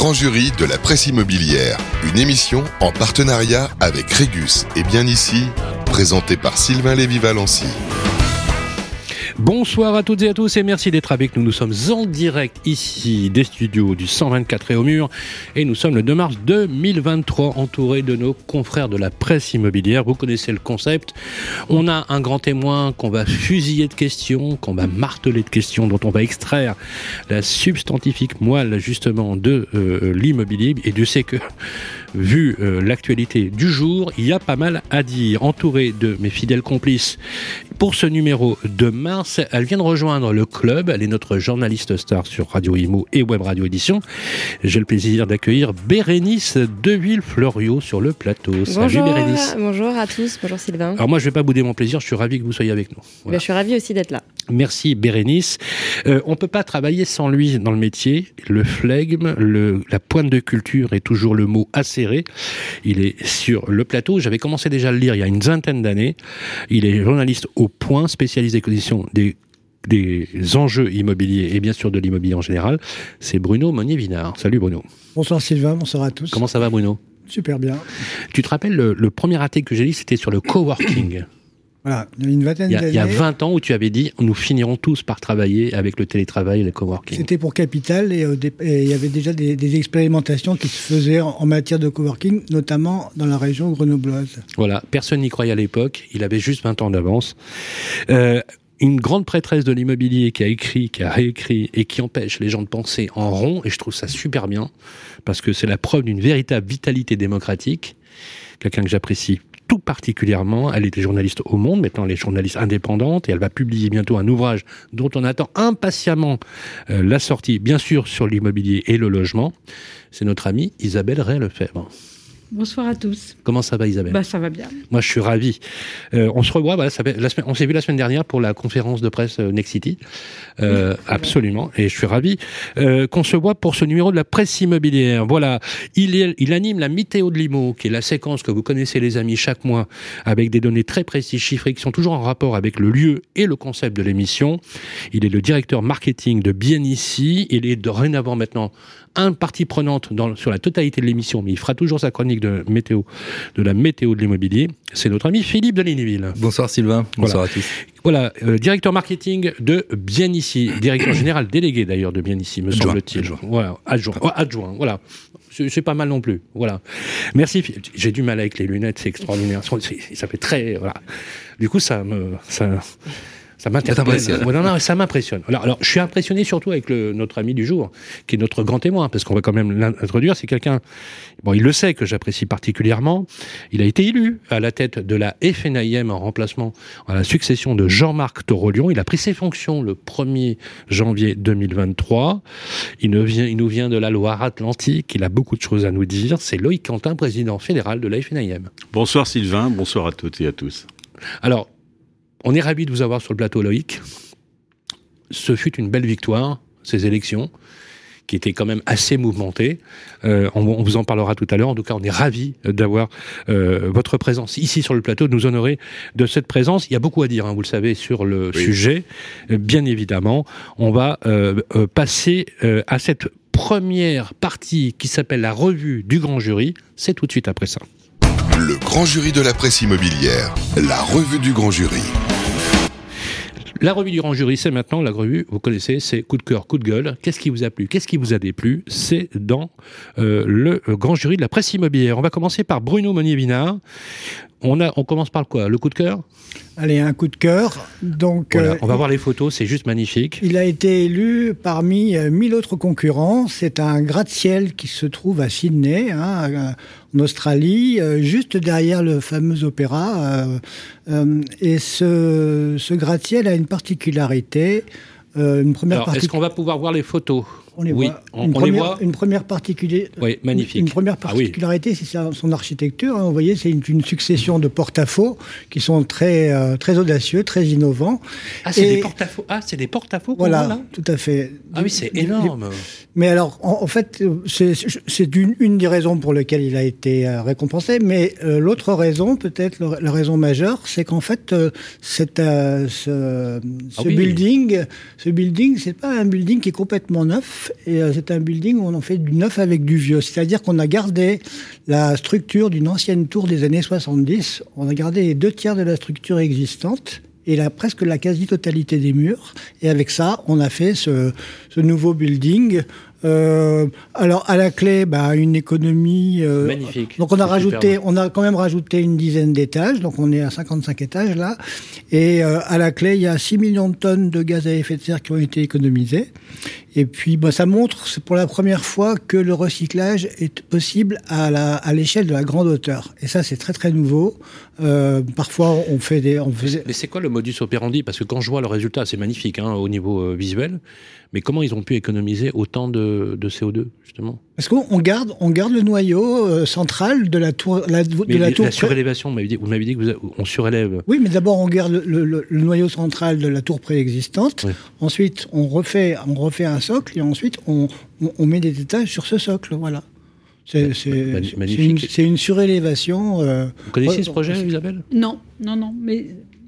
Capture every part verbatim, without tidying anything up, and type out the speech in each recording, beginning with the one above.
grand jury de la presse immobilière, une émission en partenariat avec Régus et Bien Ici, présentée par Sylvain Lévy-Valency. Bonsoir à toutes et à tous et merci d'être avec nous. Nous sommes en direct ici des studios du cent vingt-quatre et au mur et nous sommes le deux mars deux mille vingt-trois entourés de nos confrères de la presse immobilière. Vous connaissez le concept. On a un grand témoin qu'on va fusiller de questions, qu'on va marteler de questions, dont on va extraire la substantifique moelle justement de euh, l'immobilier. Et Dieu sait que vu euh, l'actualité du jour, il y a pas mal à dire. Entouré de mes fidèles complices pour ce numéro de mars, elle vient de rejoindre le club. Elle est notre journaliste star sur Radio Imo et Web Radio Édition. J'ai le plaisir d'accueillir Bérénice Deville-Fleuriot sur le plateau. Bonjour, Salut Bérénice. Bonjour à tous, bonjour Sylvain. Alors moi je ne vais pas bouder mon plaisir, je suis ravi que vous soyez avec nous. Voilà. Ben, je suis ravi aussi d'être là. Merci Bérénice. Euh, on ne peut pas travailler sans lui dans le métier. Le flegme, le, la pointe de culture est toujours le mot acéré. Il est sur le plateau. J'avais commencé déjà à le lire il y a une vingtaine d'années. Il est journaliste au Point, spécialiste des conditions des des enjeux immobiliers et bien sûr de l'immobilier en général. C'est Bruno Monnier-Vinard. Salut Bruno. Bonsoir Sylvain, bonsoir à tous. Comment ça va Bruno ? Super bien. Tu te rappelles, le, le premier article que j'ai lu, c'était sur le coworking. Voilà, il y a une vingtaine il y a, d'années. Il y a vingt ans où tu avais dit, nous finirons tous par travailler avec le télétravail et le coworking. C'était pour Capital et, et il y avait déjà des, des expérimentations qui se faisaient en, en matière de coworking, notamment dans la région grenobloise. Voilà, personne n'y croyait à l'époque, il avait juste vingt ans d'avance. Euh, Une grande prêtresse de l'immobilier qui a écrit, qui a réécrit et qui empêche les gens de penser en rond, et je trouve ça super bien, parce que c'est la preuve d'une véritable vitalité démocratique. Quelqu'un que j'apprécie tout particulièrement. Elle était journaliste au Monde, maintenant elle est journaliste indépendante, et elle va publier bientôt un ouvrage dont on attend impatiemment euh, la sortie, bien sûr sur l'immobilier et le logement. C'est notre amie Isabelle Ray-Lefebvre. Bonsoir à tous. Comment ça va Isabelle ? Bah ça va bien. Moi je suis ravi. Euh, on se revoit, voilà, ça fait, la semaine, on s'est vu la semaine dernière pour la conférence de presse euh, Nexity. Euh, oui, absolument. Et je suis ravi euh, qu'on se voit pour ce numéro de la presse immobilière. Voilà, il, est, il anime la météo de l'Imo, qui est la séquence que vous connaissez les amis chaque mois, avec des données très précises, chiffrées, qui sont toujours en rapport avec le lieu et le concept de l'émission. Il est le directeur marketing de Bien Ici. Il est dorénavant maintenant un partie prenante dans, sur la totalité de l'émission, mais il fera toujours sa chronique de météo, de la météo de l'immobilier. C'est notre ami Philippe de Ligneville. Bonsoir Sylvain, bonsoir voilà. à tous. Voilà, euh, directeur marketing de Bien Ici, directeur général délégué d'ailleurs de Bien Ici, me adjoint, semble-t-il. Adjoint. Voilà, adjoint, oh, adjoint, voilà. C'est, c'est pas mal non plus, voilà. Merci. J'ai du mal avec les lunettes, c'est extraordinaire. C'est, ça fait très, voilà. Du coup, ça me, ça. Ça m'impressionne. Non, non, ça m'impressionne. Alors, alors, je suis impressionné surtout avec le, notre ami du jour, qui est notre grand témoin, parce qu'on va quand même l'introduire. C'est quelqu'un, bon, il le sait que j'apprécie particulièrement. Il a été élu à la tête de la F N I M en remplacement à la succession de Jean-Marc Torolion. Il a pris ses fonctions le premier janvier deux mille vingt-trois. Il nous vient, il nous vient de la Loire-Atlantique. Il a beaucoup de choses à nous dire. C'est Loïc Quentin, président fédéral de la F N I M. Bonsoir Sylvain, bonsoir à toutes et à tous. Alors, on est ravis de vous avoir sur le plateau, Loïc. Ce fut une belle victoire, ces élections, qui étaient quand même assez mouvementées. Euh, on, on vous en parlera tout à l'heure. En tout cas, on est ravis d'avoir euh, votre présence ici sur le plateau, de nous honorer de cette présence. Il y a beaucoup à dire, hein, vous le savez, sur le oui. sujet. Euh, bien évidemment, on va euh, euh, passer euh, à cette première partie qui s'appelle la revue du grand jury. C'est tout de suite après ça. Le grand jury de la presse immobilière, la revue du grand jury. La revue du grand jury, c'est maintenant la revue, vous connaissez, c'est coup de cœur, coup de gueule. Qu'est-ce qui vous a plu ? Qu'est-ce qui vous a déplu ? C'est dans euh, le grand jury de la presse immobilière. On va commencer par Bruno Monnier-Vinard. On, a, on commence par quoi ? Le coup de cœur ? Allez, un coup de cœur. Donc, voilà, euh, on va voir les photos, c'est juste magnifique. Il a été élu parmi euh, mille autres concurrents. C'est un gratte-ciel qui se trouve à Sydney, hein, en Australie, euh, juste derrière le fameux opéra. Euh, euh, et ce, ce gratte-ciel a une particularité. Euh, une première Alors, partic... est-ce qu'on va pouvoir voir les photos ? On les oui, voit. on, une, on première, les voit. Une première particularité. Oui, magnifique. Une première particularité, ah oui. c'est son architecture. Hein, vous voyez, c'est une, une succession de porte-à-faux qui sont très, euh, très audacieux, très innovants. Ah, c'est Et... des porte-à-faux. Ah, c'est des porte-à-faux. Voilà, là tout à fait. Ah oui, c'est énorme. Mais alors, en, en fait, c'est, c'est une, une des raisons pour lesquelles il a été euh, récompensé. Mais euh, l'autre raison, peut-être le, la raison majeure, c'est qu'en fait, euh, cette, euh, ce, ce ah oui. building ce building, c'est pas un building qui est complètement neuf, et euh, c'est un building où on en fait du neuf avec du vieux. C'est-à-dire qu'on a gardé la structure d'une ancienne tour des années soixante-dix. On a gardé les deux tiers de la structure existante et la, presque la quasi-totalité des murs. Et avec ça, on a fait ce, ce nouveau building. Euh, alors à la clé, bah, une économie. Euh, Magnifique. Donc on a C'est rajouté, superbe. on a quand même rajouté une dizaine d'étages. Donc on est à cinquante-cinq étages là. Et euh, à la clé, il y a six millions de tonnes de gaz à effet de serre qui ont été économisées. Et puis, bah, ça montre, c'est pour la première fois que le recyclage est possible à la, à l'échelle de la grande hauteur. Et ça, c'est très très nouveau. Euh, parfois, on fait des, on faisait... Mais c'est quoi le modus operandi? Parce que quand je vois le résultat, c'est magnifique hein, au niveau euh, visuel. Mais comment ils ont pu économiser autant de, de C O deux, justement? Parce qu'on garde, on garde le noyau euh, central de la tour, la, de Mais la la, tour. la surélévation, vous m'avez dit, vous m'avez dit que vous, on surélève. Oui, mais d'abord on garde le, le, le noyau central de la tour préexistante. Oui. Ensuite, on refait, on refait un socle et ensuite on, on, on met des étages sur ce socle. Voilà. C'est, c'est, Magnifique. c'est, une, c'est une surélévation. Euh, Vous connaissez ouais, ce projet, Isabelle? Non, non, non, mais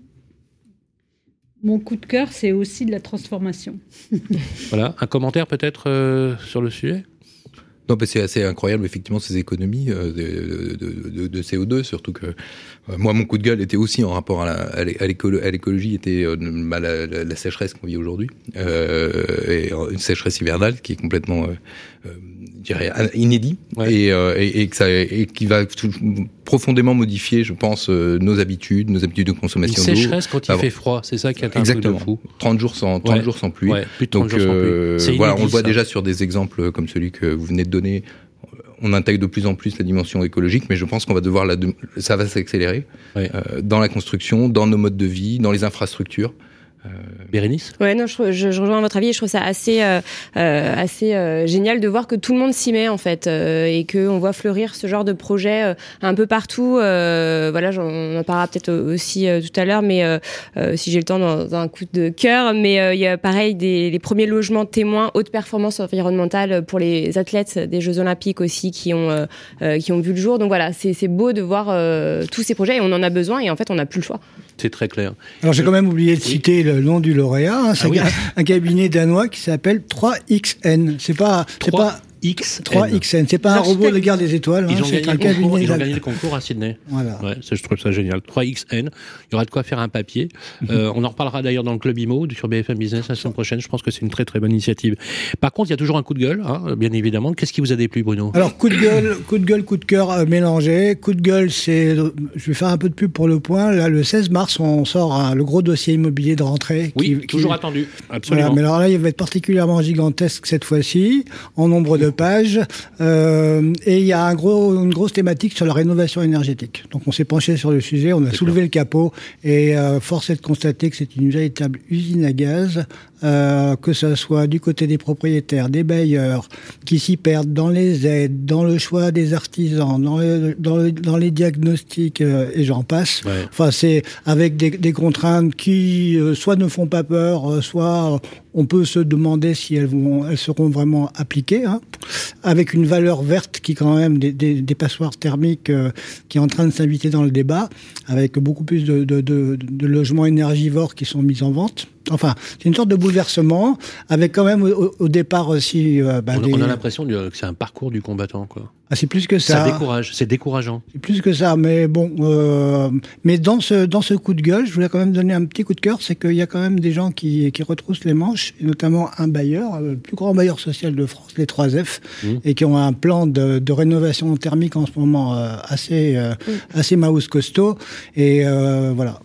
mon coup de cœur, c'est aussi de la transformation. Voilà, un commentaire peut-être euh, sur le sujet? Non, mais c'est assez incroyable, effectivement, ces économies euh, de, de, de, de C O deux, surtout que euh, moi, mon coup de gueule était aussi en rapport à, la, à, l'écolo, à l'écologie, était euh, bah, la, la, la sécheresse qu'on vit aujourd'hui, euh, et une sécheresse hivernale qui est complètement, euh, euh, je dirais, inédit, ouais. et, euh, et, et, que ça, et qui va tout, profondément modifier, je pense, euh, nos habitudes, nos habitudes de consommation d'eau. Une sécheresse quand il ah, fait froid, c'est ça qui est un exactement. truc de fou. trente jours sans, trente ouais. jours sans pluie. Ouais, plus de trente Donc, jours sans euh, pluie. C'est voilà, inédit, on le voit ça. déjà sur des exemples comme celui que vous venez de donner. On intègre de plus en plus la dimension écologique, mais je pense qu'on va devoir la, ça va s'accélérer ouais. euh, dans la construction, dans nos modes de vie, dans les infrastructures. Euh... Bérénice? Ouais, non, je, je, je rejoins votre avis et je trouve ça assez, euh, euh, assez euh, génial de voir que tout le monde s'y met en fait euh, et qu'on voit fleurir ce genre de projet euh, un peu partout. Euh, voilà, j'en, on en parlera peut-être aussi euh, tout à l'heure, mais euh, euh, si j'ai le temps dans, dans un coup de cœur. Mais il euh, y a pareil des les premiers logements témoins haute performance environnementale pour les athlètes des Jeux Olympiques aussi qui ont euh, euh, qui ont vu le jour. Donc voilà, c'est, c'est beau de voir euh, tous ces projets et on en a besoin et en fait on n'a plus le choix. C'est très clair. Alors j'ai quand même oublié de citer oui. le nom du lauréat. Hein, c'est ah, oui. un, un cabinet danois qui s'appelle trois X N. C'est pas, c'est pas X trois X N. C'est pas un robot de guerre des étoiles. Ils, hein, ont, c'est gagné un concours, cabinet ils ont gagné le concours à Sydney. Voilà. Ouais, ça, je trouve ça génial. trois X N. Il y aura de quoi faire un papier. euh, on en reparlera d'ailleurs dans le Club Imo sur B F M Business la semaine prochaine. Je pense que c'est une très très bonne initiative. Par contre, il y a toujours un coup de gueule, hein, bien évidemment. Qu'est-ce qui vous a déplu, Bruno? Alors, coup de gueule, coup de gueule, coup de cœur euh, mélangé. Coup de gueule, c'est, je vais faire un peu de pub pour Le Point. Là, le seize mars, on sort hein, le gros dossier immobilier de rentrée. Oui, qui, toujours qui... attendu. Absolument. Voilà, mais alors là, il va être particulièrement gigantesque cette fois-ci, en nombre de pages. Euh, Et il y a un gros, une grosse thématique sur la rénovation énergétique. Donc on s'est penché sur le sujet, on a c'est soulevé clair. le capot et euh, force est de constater que c'est une véritable usine à gaz, euh, que ce soit du côté des propriétaires, des bailleurs, qui s'y perdent dans les aides, dans le choix des artisans, dans, le, dans, le, dans les diagnostics euh, et j'en passe. Ouais. Enfin c'est avec des, des contraintes qui euh, soit ne font pas peur, euh, soit... Euh, on peut se demander si elles, vont, elles seront vraiment appliquées, hein, avec une valeur verte qui quand même des, des, des passoires thermiques euh, qui est en train de s'inviter dans le débat, avec beaucoup plus de, de, de, de logements énergivores qui sont mis en vente. Enfin, c'est une sorte de bouleversement, avec quand même au, au départ aussi... Euh, bah, on, des... on a l'impression que c'est un parcours du combattant, quoi. Ah, c'est plus que ça. Ça décourage, c'est décourageant. C'est plus que ça, mais bon... Euh, mais dans ce, dans ce coup de gueule, je voulais quand même donner un petit coup de cœur, c'est qu'il y a quand même des gens qui, qui retroussent les manches, et notamment un bailleur, le plus grand bailleur social de France, les trois F, mmh. et qui ont un plan de, de rénovation thermique en ce moment euh, assez, euh, mmh. assez mouse costaud, et euh, voilà.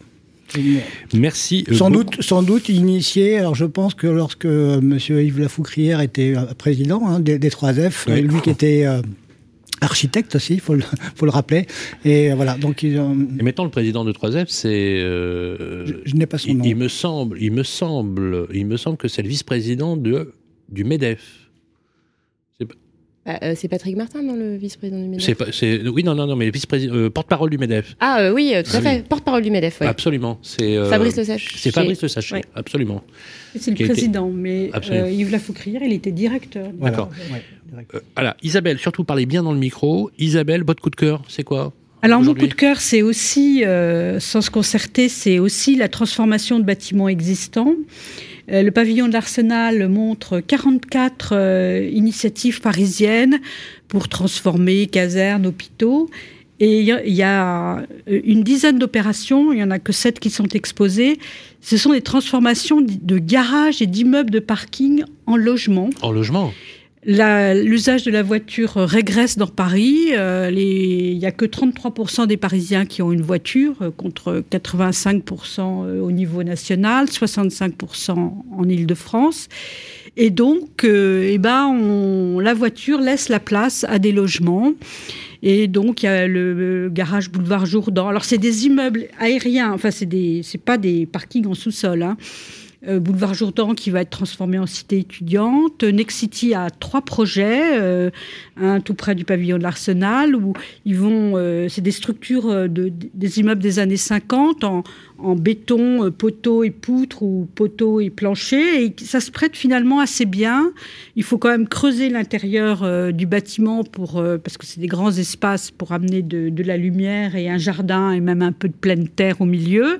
Merci. Sans doute, sans doute initié. Alors, je pense que lorsque euh, Monsieur Yves Lafoucrière était euh, président hein, des, des trois F, oui. lui qui était euh, architecte aussi, il faut le, faut le rappeler. Et euh, voilà. Donc, ils ont... Et maintenant, le président de trois F, c'est. Euh, je, je n'ai pas son il, nom. Il me semble, il me semble, il me semble que c'est le vice-président de du MEDEF. C'est Bah, euh, c'est Patrick Martin, non, le vice-président du MEDEF. C'est pas, c'est, oui, non, non, non, mais vice-président, euh, porte-parole du MEDEF. Ah euh, oui, tout ah, à fait, oui. porte-parole du MEDEF, oui. Absolument. C'est, euh, Fabrice Le Sachet. C'est Fabrice Le Sachet, ouais. absolument. C'est le Qui président, était... mais euh, Yves Lafoucrière, il était directeur. Voilà. D'accord. Ouais, euh, alors, Isabelle, surtout parlez bien dans le micro. Isabelle, votre coup de cœur, c'est quoi ? Alors, mon coup de cœur, c'est aussi, euh, sans se concerter, c'est aussi la transformation de bâtiments existants. Euh, le pavillon de l'Arsenal montre quarante-quatre euh, initiatives parisiennes pour transformer casernes, hôpitaux. Et il y, y a une dizaine d'opérations, il n'y en a que sept qui sont exposées. Ce sont des transformations de garages et d'immeubles de parking en logement. En logement La, l'usage de la voiture régresse dans Paris. Euh, les, il n'y a que trente-trois pour cent des Parisiens qui ont une voiture, euh, contre quatre-vingt-cinq pour cent au niveau national, soixante-cinq pour cent en Île-de-France. Et donc, euh, eh ben, on, la voiture laisse la place à des logements. Et donc, il y a le garage Boulevard Jourdan. Alors, c'est des immeubles aériens. Enfin, c'est des, c'est pas des parkings en sous-sol, hein. Euh, Boulevard Jourdan qui va être transformé en cité étudiante. Nexity a trois projets, euh, un tout près du pavillon de l'Arsenal, où ils vont, euh, c'est des structures de, de, des immeubles des années cinquante en, en béton, euh, poteaux et poutres ou poteaux et planchers. Et ça se prête finalement assez bien. Il faut quand même creuser l'intérieur euh, du bâtiment pour, euh, parce que c'est des grands espaces pour amener de, de la lumière et un jardin et même un peu de pleine terre au milieu.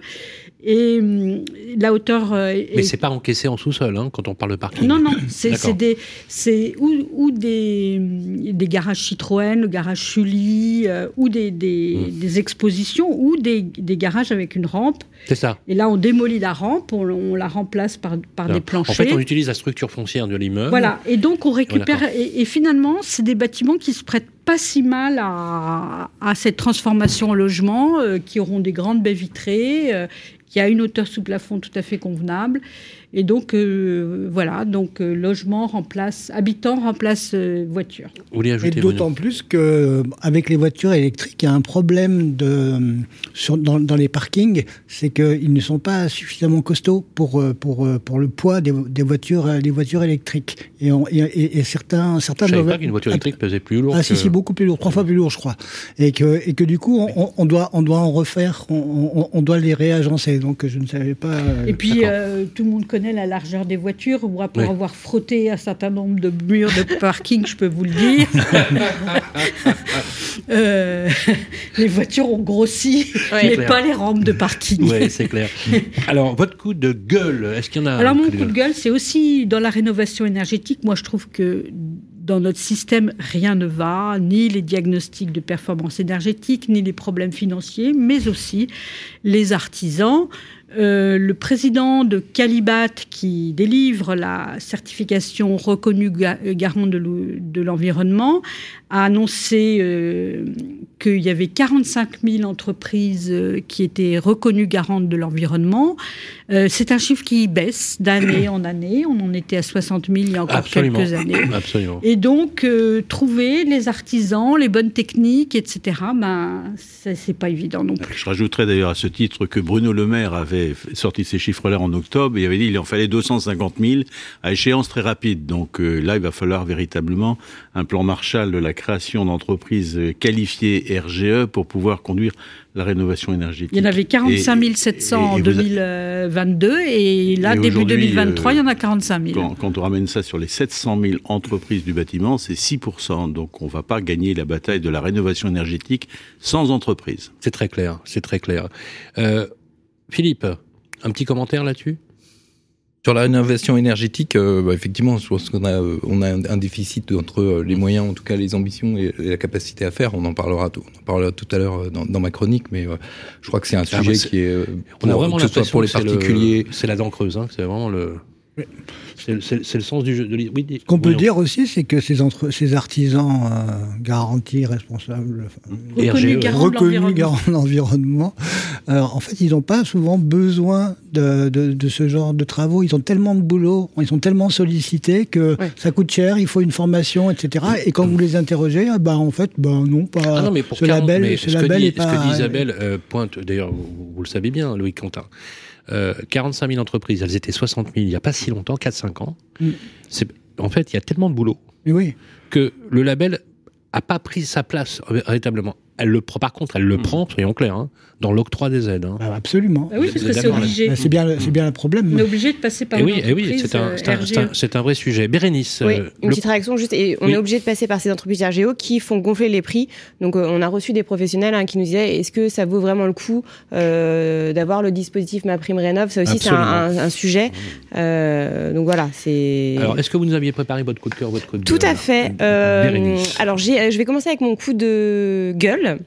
Et la hauteur... Est... Mais c'est pas encaissé en sous-sol, hein, quand on parle de parking. Non, non, c'est, c'est, des, c'est ou, ou des, des garages Citroën, le garage Sully, euh, ou des, des, mmh. des expositions, ou des, des garages avec une rampe. C'est ça. Et là, on démolit la rampe, on, on la remplace par, par des planchers. En fait, on utilise la structure foncière de l'immeuble. Voilà, et donc on récupère... Oh, et, et finalement, c'est des bâtiments qui se prêtent pas si mal à, à cette transformation en logement, euh, qui auront des grandes baies vitrées, euh, qui a une hauteur sous plafond tout à fait convenable. Et donc, euh, voilà, donc euh, logement remplace, habitant remplace euh, voiture. Vous voulez ajouter, et d'autant Bruno plus qu'avec les voitures électriques, il y a un problème de, sur, dans, dans les parkings, c'est qu'ils ne sont pas suffisamment costauds pour, pour, pour le poids des, des, voitures, des voitures électriques. Et, on, et, et certains... certains je ne savais pas qu'une voiture électrique pesait plus lourd. Ah que... si, si, beaucoup plus lourd, trois fois plus lourd, je crois. Et que, et que du coup, on, on, doit, on doit en refaire, on, on, on doit les réagencer. Donc, je ne savais pas... Et puis, euh, tout le monde connaît la largeur des voitures. Moi, pour oui. avoir frotté un certain nombre de murs de parking, je peux vous le dire. euh, les voitures ont grossi, oui, mais clair. Pas les rampes de parking. Oui, c'est clair. Alors, votre coup de gueule, est-ce qu'il y en a un Alors, mon coup de, coup de gueule, c'est aussi dans la rénovation énergétique. Moi, je trouve que dans notre système, rien ne va, ni les diagnostics de performance énergétique, ni les problèmes financiers, mais aussi les artisans. Euh, le président de Calibat, qui délivre la certification reconnue ga- garant de, de l'environnement, a annoncé euh, qu'il y avait quarante-cinq mille entreprises euh, qui étaient reconnues garantes de l'environnement. Euh, c'est un chiffre qui baisse d'année en année. On en était à soixante mille il y a encore Absolument. quelques années. Absolument. Et donc, euh, trouver les artisans, les bonnes techniques, et cetera, ben, c'est, c'est pas évident non plus. Je rajouterais d'ailleurs à ce titre que Bruno Le Maire avait sorti ces chiffres-là en octobre, et il avait dit qu'il en fallait deux cent cinquante mille à échéance très rapide. Donc euh, là, il va falloir véritablement un plan Marshall de la création d'entreprises qualifiées R G E pour pouvoir conduire la rénovation énergétique. Il y en avait quarante-cinq mille sept cents en deux mille vingt-deux, et là, et début deux mille vingt-trois, euh, il y en a quarante-cinq mille. Quand, quand on ramène ça sur les sept cent mille entreprises du bâtiment, c'est six pour cent. Donc on ne va pas gagner la bataille de la rénovation énergétique sans entreprise. C'est très clair, c'est très clair. Euh, Philippe, un petit commentaire là-dessus ? Sur la rénovation énergétique, euh, bah, effectivement, je pense qu'on a, euh, on a un, un déficit entre euh, les moyens, en tout cas les ambitions et, et la capacité à faire. On en parlera tout, on en parlera tout à l'heure dans, dans ma chronique, mais euh, je crois que c'est un ah, sujet c'est, qui est, euh, pour, on a vraiment que ce soit pour les particuliers. Le, c'est la dent creuse, hein, c'est vraiment le... Oui. C'est, c'est, c'est le sens du jeu. De oui, Ce qu'on peut oui, dire aussi, c'est que ces, entre, ces artisans euh, garantis, responsables, reconnus garants de l'environnement, euh, en fait, ils n'ont pas souvent besoin de, de, de ce genre de travaux. Ils ont tellement de boulot, ils sont tellement sollicités que ouais. ça coûte cher, il faut une formation, et cetera. Et quand vous les interrogez, bah, en fait, bah, non, pas. Ah non, mais pour ce quarante, label, mais ce ce label que dit, est pas. Ce que dit Isabelle euh, pointe, d'ailleurs, vous, vous le savez bien, Loïc Quentin. Euh, quarante-cinq mille entreprises, elles étaient soixante mille il n'y a pas si longtemps, quatre cinq ans. Mm. C'est, en fait, il y a tellement de boulot oui. que le label n'a pas pris sa place véritablement. elle le prend. Par contre, elle le mmh. prend, soyons clairs, hein, dans l'octroi des aides. Hein. Ah, absolument. Ah oui, parce que c'est obligé. C'est bien, c'est bien le problème. On est obligé de passer par et une oui, entreprise. Et oui, c'est un, c'est, un, c'est, un, c'est un vrai sujet. Bérénice. Oui, euh, une le... petite réaction juste. Et on oui. est obligé de passer par ces entreprises R G O qui font gonfler les prix. Donc, euh, on a reçu des professionnels hein, qui nous disaient est-ce que ça vaut vraiment le coup euh, d'avoir le dispositif MaPrimeRénov'. Ça aussi, Absolument. c'est un, un, un sujet. Euh, donc voilà, c'est. Alors, est-ce que vous nous aviez préparé votre coup de cœur, votre coup de Tout à fait. Euh, alors, j'ai, je vais commencer avec mon coup de gueule.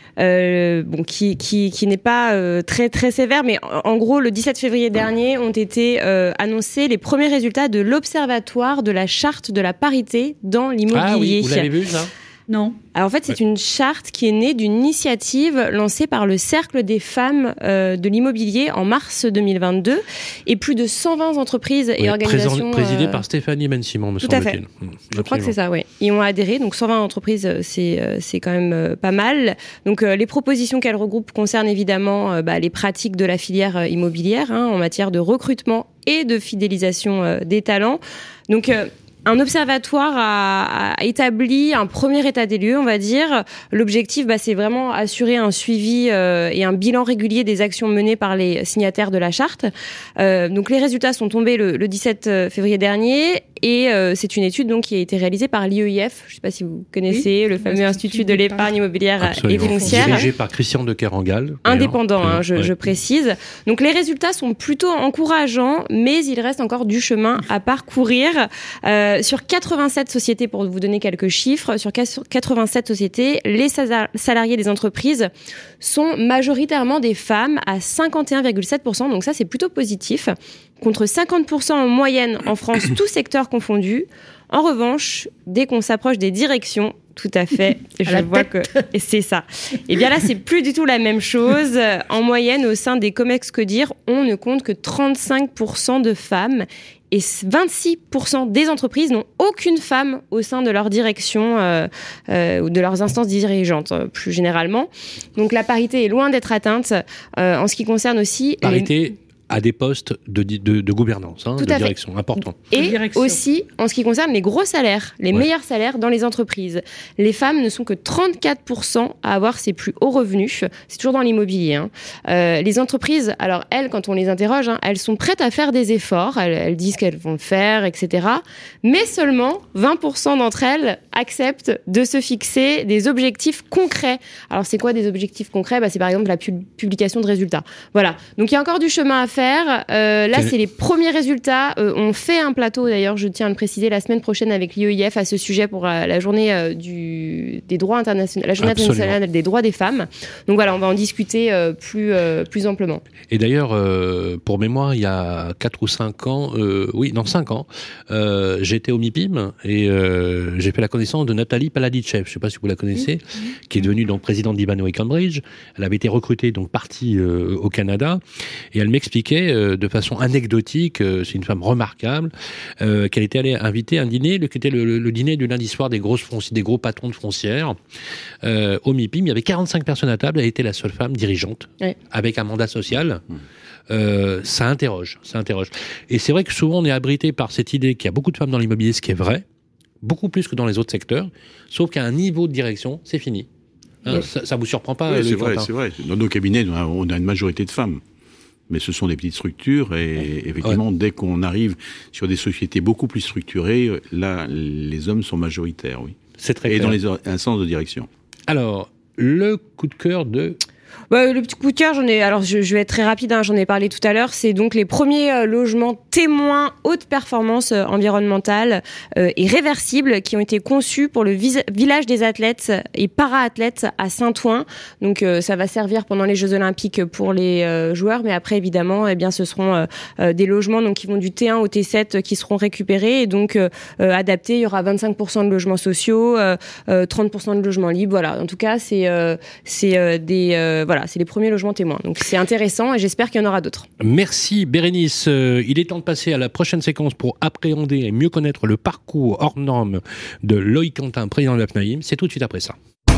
Euh, bon, qui, qui, qui n'est pas euh, très, très sévère, mais en, en gros, le dix-sept février dernier ont été euh, annoncés les premiers résultats de l'Observatoire de la charte de la parité dans l'immobilier. Ah oui, vous l'avez vu, ça ? Non. Alors en fait, c'est ouais. une charte qui est née d'une initiative lancée par le Cercle des femmes euh, de l'immobilier en mars deux mille vingt-deux et plus de cent vingt entreprises ouais, et organisations... Présidée euh... par Stéphanie Bensimon, me Tout semble-t-il. à fait. Mmh, Je crois que c'est ça, oui. Ils ont adhéré, donc cent vingt entreprises, c'est, c'est quand même euh, pas mal. Donc euh, les propositions qu'elle regroupe concernent évidemment euh, bah, les pratiques de la filière euh, immobilière hein, en matière de recrutement et de fidélisation euh, des talents. Donc... Euh, Un observatoire a, a établi un premier état des lieux, on va dire. L'objectif, bah, c'est vraiment assurer un suivi euh, et un bilan régulier des actions menées par les signataires de la charte. Euh, donc les résultats sont tombés le, le dix-sept février dernier et euh, c'est une étude donc qui a été réalisée par l'I E I F. Je ne sais pas si vous connaissez oui, le fameux Institut de l'épargne immobilière Absolument. et foncière. Dirigé par Christian de Kerangal. Indépendant, hein, je, ouais. je précise. Donc les résultats sont plutôt encourageants, mais il reste encore du chemin à parcourir. Euh, Sur quatre-vingt-sept sociétés, pour vous donner quelques chiffres, sur quatre-vingt-sept sociétés, les salariés des entreprises sont majoritairement des femmes à cinquante et un virgule sept pour cent, donc ça c'est plutôt positif, contre cinquante pour cent en moyenne en France, tous secteurs confondus. En revanche, dès qu'on s'approche des directions, tout à fait, je vois que et c'est ça. Et bien là, c'est plus du tout la même chose. En moyenne, au sein des Comex Codir, on ne compte que trente-cinq pour cent de femmes et vingt-six pour cent des entreprises n'ont aucune femme au sein de leur direction euh, euh, ou de leurs instances dirigeantes, euh, plus généralement. Donc la parité est loin d'être atteinte. Euh, en ce qui concerne aussi... Parité les... à des postes de, de, de gouvernance, hein, de direction, fait. important. Et direction. aussi, en ce qui concerne les gros salaires, les ouais. meilleurs salaires dans les entreprises. Les femmes ne sont que trente-quatre pour cent à avoir ces plus hauts revenus. C'est toujours dans l'immobilier. Hein. Euh, les entreprises, alors elles, quand on les interroge, hein, elles sont prêtes à faire des efforts. Elles, elles disent qu'elles vont le faire, et cetera. Mais seulement vingt pour cent d'entre elles acceptent de se fixer des objectifs concrets. Alors c'est quoi des objectifs concrets ? Bah, c'est par exemple la pub- publication de résultats. Voilà. Donc il y a encore du chemin à faire. Euh, là, c'est les premiers résultats. Euh, on fait un plateau, d'ailleurs, je tiens à le préciser, la semaine prochaine avec l'I E I F à ce sujet pour la, la journée euh, du, des droits internationaux, la journée Absolument. internationale des droits des femmes. Donc voilà, on va en discuter euh, plus, euh, plus amplement. Et d'ailleurs, euh, pour mémoire, il y a quatre ou cinq ans, euh, oui, dans cinq ans, euh, j'étais au MIPIM et euh, j'ai fait la connaissance de Nathalie Paladicev. Je ne sais pas si vous la connaissez, mmh. qui est devenue donc présidente d'Ivanhoe Cambridge. Elle avait été recrutée, donc partie euh, au Canada, et elle m'expliquait de façon anecdotique, c'est une femme remarquable, euh, qu'elle était allée inviter un dîner, qui était le, le, le dîner du lundi soir des, grosses fonci- des gros patrons de foncières. Euh, au MIPIM, il y avait quarante-cinq personnes à table, elle était la seule femme dirigeante, oui. avec un mandat social. Mmh. Euh, ça interroge, ça interroge. Et c'est vrai que souvent on est abrité par cette idée qu'il y a beaucoup de femmes dans l'immobilier, ce qui est vrai, beaucoup plus que dans les autres secteurs, sauf qu'à un niveau de direction, c'est fini. Hein, oui. Ça ne vous surprend pas, oui, c'est vrai, c'est vrai. Dans nos cabinets, on a une majorité de femmes. Mais ce sont des petites structures et effectivement, ouais. dès qu'on arrive sur des sociétés beaucoup plus structurées, là, les hommes sont majoritaires, oui. C'est très et clair. dans les instances de direction. Alors, le coup de cœur de... Bah, le petit coup de cœur, j'en ai. Alors, je, je vais être très rapide. Hein, j'en ai parlé tout à l'heure. C'est donc les premiers euh, logements témoins haute performance euh, environnementale euh, et réversibles qui ont été conçus pour le vis- village des athlètes et para-athlètes à Saint-Ouen. Donc, euh, ça va servir pendant les Jeux Olympiques pour les euh, joueurs, mais après, évidemment, eh bien, ce seront euh, euh, des logements donc qui vont du T un au T sept euh, qui seront récupérés et donc euh, euh, adaptés. Il y aura vingt-cinq pour cent de logements sociaux, euh, euh, trente pour cent de logements libres. Voilà. En tout cas, c'est euh, c'est euh, des euh, voilà, c'est les premiers logements témoins. Donc c'est intéressant et j'espère qu'il y en aura d'autres. Merci Bérénice. Euh, il est temps de passer à la prochaine séquence pour appréhender et mieux connaître le parcours hors norme de Loïc Quentin, président de l'A P N A I M. C'est tout de suite après ça.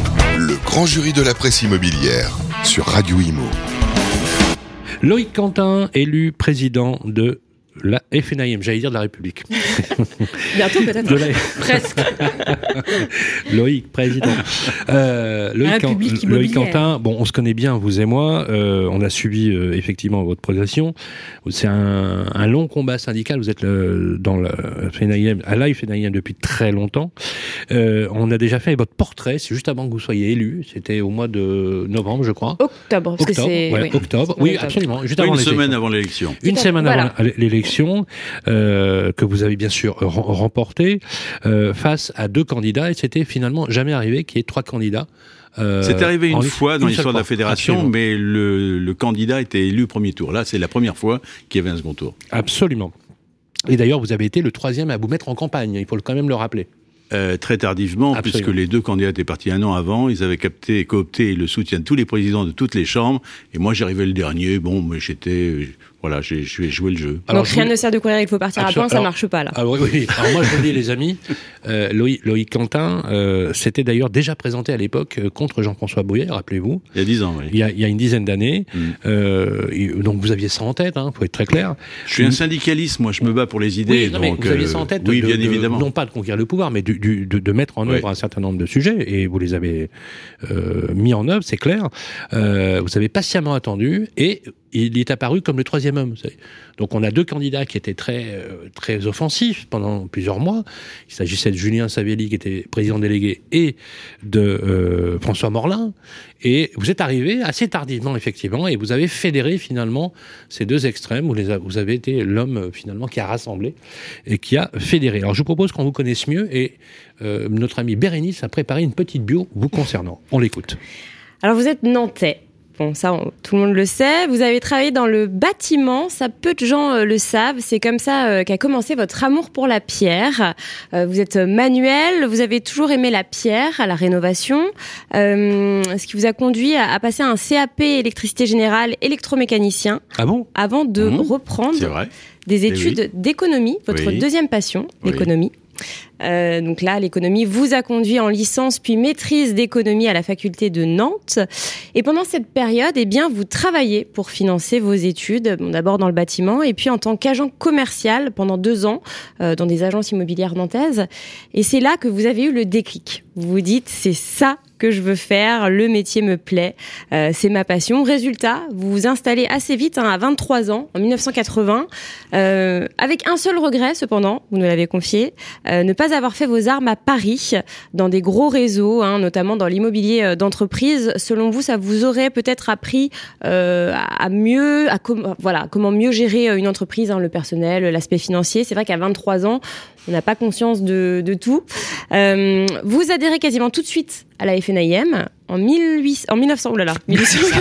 Le grand jury de la presse immobilière sur Radio Imo. Loïc Quentin, élu président de la F N I M, j'allais dire de la République. Bientôt peut-être. De la... Presque. Loïc, président. Euh, Loïc, Can... Loïc Quentin, bon, on se connaît bien, vous et moi. Euh, on a suivi euh, effectivement votre progression. C'est un, un long combat syndical. Vous êtes le, dans le F N I M, à la F N I M depuis très longtemps. Euh, on a déjà fait votre portrait, c'est juste avant que vous soyez élu. C'était au mois de novembre, je crois. Octobre. Parce octobre, que c'est... ouais, oui. octobre. Oui, absolument. Juste avant une les semaine élections. avant l'élection. Une semaine voilà. avant l'élection. Euh, que vous avez bien sûr r- remporté euh, face à deux candidats, et c'était finalement jamais arrivé qu'il y ait trois candidats. Euh, c'est arrivé une fois dans l'histoire de la fédération, Absolument. mais le, le candidat était élu au premier tour. Là, c'est la première fois qu'il y avait un second tour. Absolument. Et d'ailleurs, vous avez été le troisième à vous mettre en campagne, il faut quand même le rappeler. Euh, très tardivement, Absolument. puisque les deux candidats étaient partis un an avant, ils avaient capté et coopté le soutien de tous les présidents de toutes les chambres, et moi j'arrivais le dernier, bon, mais j'étais... Voilà, j'ai, j'ai joué le jeu. Alors, Donc rien ne me sert de courir, il faut partir Absol- à point, ça alors, marche pas là. Ah oui, oui. Alors moi je vous dis les amis, euh, Loïc, Loïc Quentin euh, s'était d'ailleurs déjà présenté à l'époque euh, contre Jean-François Bouillet, rappelez-vous. Il y a dix ans, oui. Il y a, il y a une dizaine d'années. Mm. Euh, et, donc vous aviez ça en tête, hein, faut être très clair. Je suis un syndicaliste, moi je me bats pour les idées. Oui, non, mais donc, vous aviez ça en tête, oui, de, bien de, évidemment. non pas de conquérir le pouvoir, mais du, du, de, de mettre en œuvre Oui. un certain nombre de sujets, et vous les avez euh, mis en œuvre, c'est clair. Euh, vous avez patiemment attendu, et il est apparu comme le troisième homme. Vous savez. Donc on a deux candidats qui étaient très, euh, très offensifs pendant plusieurs mois. Il s'agissait de Julien Savelli, qui était président délégué, et de euh, François Morlin. Et vous êtes arrivé assez tardivement, effectivement, et vous avez fédéré finalement ces deux extrêmes. Vous, les a, vous avez été l'homme finalement qui a rassemblé et qui a fédéré. Alors je vous propose qu'on vous connaisse mieux, et euh, notre ami Bérénice a préparé une petite bio vous concernant. On l'écoute. Alors vous êtes nantais. Bon, ça, on, tout le monde le sait. Vous avez travaillé dans le bâtiment, ça peu de gens euh, le savent. C'est comme ça euh, qu'a commencé votre amour pour la pierre. Euh, vous êtes manuel, vous avez toujours aimé la pierre, à la rénovation, euh, ce qui vous a conduit à, à passer un C A P électricité générale électromécanicien. Ah bon ? Avant de Mmh, reprendre c'est vrai. des Eh études oui. d'économie, votre Oui. deuxième passion, Oui. l'économie. Euh, donc là, l'économie vous a conduit en licence puis maîtrise d'économie à la faculté de Nantes. Et pendant cette période, eh bien, vous travaillez pour financer vos études, bon, d'abord dans le bâtiment et puis en tant qu'agent commercial pendant deux ans euh, dans des agences immobilières nantaises. Et c'est là que vous avez eu le déclic. Vous vous dites, c'est ça que je veux faire, le métier me plaît, euh, c'est ma passion. Résultat, vous vous installez assez vite, hein, à vingt-trois ans, en dix-neuf cent quatre-vingts, euh, avec un seul regret cependant, vous nous l'avez confié, euh, ne pas avoir fait vos armes à Paris, dans des gros réseaux, hein, notamment dans l'immobilier d'entreprise. Selon vous, ça vous aurait peut-être appris euh, à mieux, à com- voilà, comment mieux gérer une entreprise, hein, le personnel, l'aspect financier. C'est vrai qu'à vingt-trois ans, on n'a pas conscience de, de tout. Euh, vous adhérez quasiment tout de suite à la F N I M en, mille huit cents, en mille neuf cents. Oh là là, mille huit cents.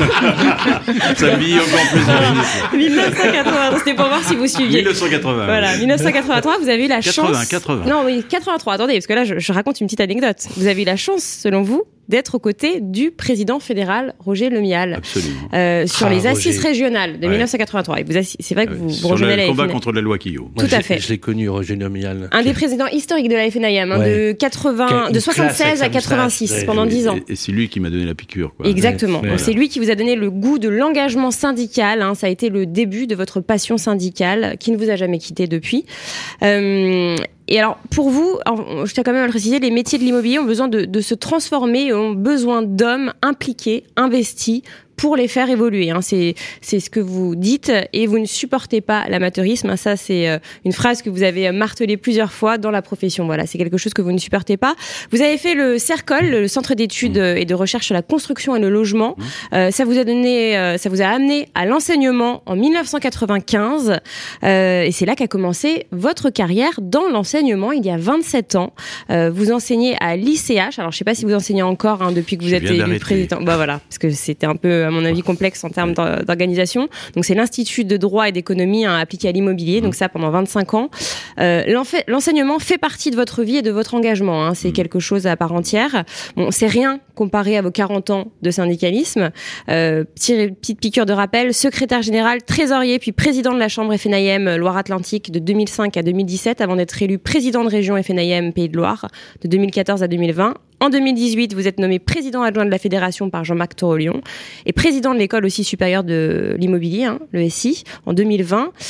Ça vit encore plus. mille neuf cent quatre-vingts. C'était pour voir si vous suiviez. mille neuf cent quatre-vingts. Voilà, mille neuf cent quatre-vingt-trois. Vous avez eu la quatre-vingts, chance. quatre-vingts. Non, oui, quatre-vingt-trois. Attendez, parce que là, je, je raconte une petite anecdote. Vous avez eu la chance, selon vous, d'être aux côtés du président fédéral Roger Lemial. Absolument. Euh, sur Ah, les assises Roger. régionales de Ouais. mille neuf cent quatre-vingt-trois. Et vous assi- c'est vrai que vous, vous Sur rejoignez le la combat F N I M. contre la loi Quillot. Moi, Tout à j'ai- fait. Je l'ai connu, Roger Lemial. Un des présidents historiques de la F N I M, hein, Ouais. de quatre-vingts, Quelle- de une classe soixante-seize avec à sa quatre-vingt-six, moustache. pendant Et- dix ans. Et, et c'est lui qui m'a donné la piqûre. Quoi. Exactement. Ouais. Donc, c'est lui qui vous a donné le goût de l'engagement syndical. Hein. Ça a été le début de votre passion syndicale, qui ne vous a jamais quitté depuis. Euh, et alors, pour vous, alors, je tiens quand même à le préciser, les métiers de l'immobilier ont besoin de, de se transformer, et ont besoin d'hommes impliqués, investis, pour les faire évoluer. Hein. C'est, c'est ce que vous dites, et vous ne supportez pas l'amateurisme. Hein. Ça, c'est euh, une phrase que vous avez martelée plusieurs fois dans la profession. Voilà, c'est quelque chose que vous ne supportez pas. Vous avez fait le CERCOL, le Centre d'études mmh. et de recherche sur la construction et le logement. Mmh. Euh, ça vous a donné, euh, ça vous a amené à l'enseignement en dix-neuf cent quatre-vingt-quinze, euh, et c'est là qu'a commencé votre carrière dans l'enseignement il y a vingt-sept ans. Euh, vous enseignez à l'I C H. Alors, je sais pas si vous enseignez encore hein, depuis que vous Je êtes viens élu d'arrêter. président. Bah voilà, parce que c'était un peu à mon avis complexe en termes d'organisation. Donc c'est l'Institut de droit et d'économie hein, appliqué à l'immobilier, donc ça pendant vingt-cinq ans. Euh, l'enseignement fait partie de votre vie et de votre engagement, hein. C'est mmh. quelque chose à part entière. Bon, c'est rien comparé à vos quarante ans de syndicalisme. Euh, petite, petite piqûre de rappel, secrétaire général, trésorier, puis président de la Chambre F N I M Loire-Atlantique de deux mille cinq à deux mille dix-sept, avant d'être élu président de région F N I M Pays de Loire de deux mille quatorze à deux mille vingt. En deux mille dix-huit, vous êtes nommé président adjoint de la fédération par Jean-Marc Torolion et président de l'école aussi supérieure de l'immobilier, hein, le S I, en deux mille vingt.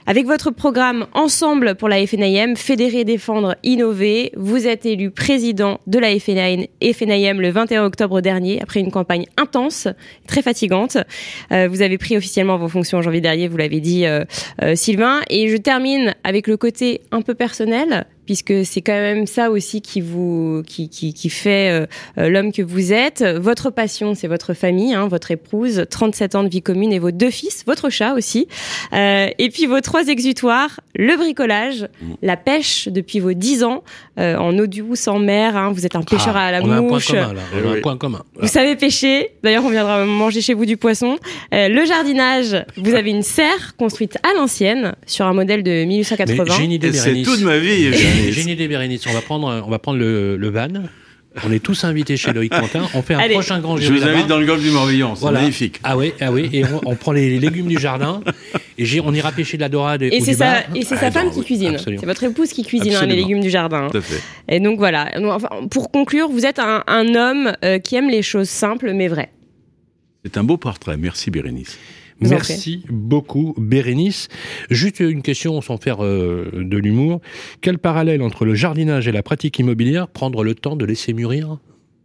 Avec votre programme Ensemble pour la F N I M, Fédérer, Défendre, Innover, vous êtes élu président de la F N I M le vingt et un octobre dernier, après une campagne intense, très fatigante. Euh, vous avez pris officiellement vos fonctions en janvier dernier, vous l'avez dit euh, euh, Sylvain. Et je termine avec le côté un peu personnel, puisque c'est quand même ça aussi qui vous qui qui, qui fait euh, l'homme que vous êtes. Votre passion, c'est votre famille, hein, votre épouse, trente-sept ans de vie commune et vos deux fils, votre chat aussi. Euh, et puis vos trois exutoires, le bricolage, mmh. la pêche depuis vos dix ans, euh, en eau douce, en mer. Hein, vous êtes un pêcheur ah, à la on mouche. A un point commun, là. On a oui. un point commun. Vous savez pêcher. D'ailleurs, on viendra manger chez vous du poisson. Euh, le jardinage, vous avez une serre construite à l'ancienne sur un modèle de mille huit cent quatre-vingts. Mais j'ai une idée, c'est toute ma vie. J'ai une idée, Bérénice. On va prendre, on va prendre le, le van. On est tous invités chez Loïc Quentin. On fait un Allez. prochain grand Je vous invite dans le golfe du Morbihan. C'est voilà. magnifique. Ah oui, ah oui. Et on, on prend les légumes du jardin. Et j'ai, on ira pêcher de la dorade et, et ou c'est du sa, bar. Et c'est ah, sa femme non, qui oui, cuisine. Absolument. C'est votre épouse qui cuisine hein, les légumes du jardin. Tout à fait. Et donc voilà. Enfin, pour conclure, vous êtes un, un homme euh, qui aime les choses simples mais vraies. C'est un beau portrait. Merci Bérénice. Vous Merci beaucoup, Bérénice. Juste une question sans faire euh, de l'humour. Quel parallèle entre le jardinage et la pratique immobilière, prendre le temps de laisser mûrir ?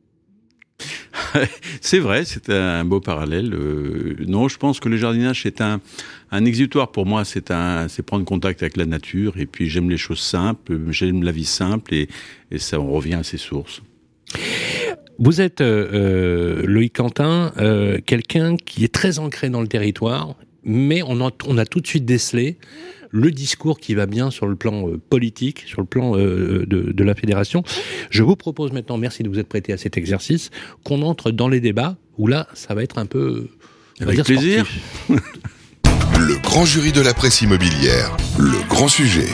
C'est vrai, c'est un beau parallèle. Euh, non, je pense que le jardinage, c'est un, un exutoire pour moi. C'est, un, c'est prendre contact avec la nature. Et puis, j'aime les choses simples, j'aime la vie simple. Et, et ça, on revient à ses sources. Vous êtes, euh, Loïc Quentin, euh, quelqu'un qui est très ancré dans le territoire, mais on a, on a tout de suite décelé le discours qui va bien sur le plan euh, politique, sur le plan euh, de, de la fédération. Je vous propose maintenant, merci de vous être prêté à cet exercice, qu'on entre dans les débats, où là, ça va être un peu... Avec dire, plaisir. Le grand jury de la presse immobilière, le grand sujet.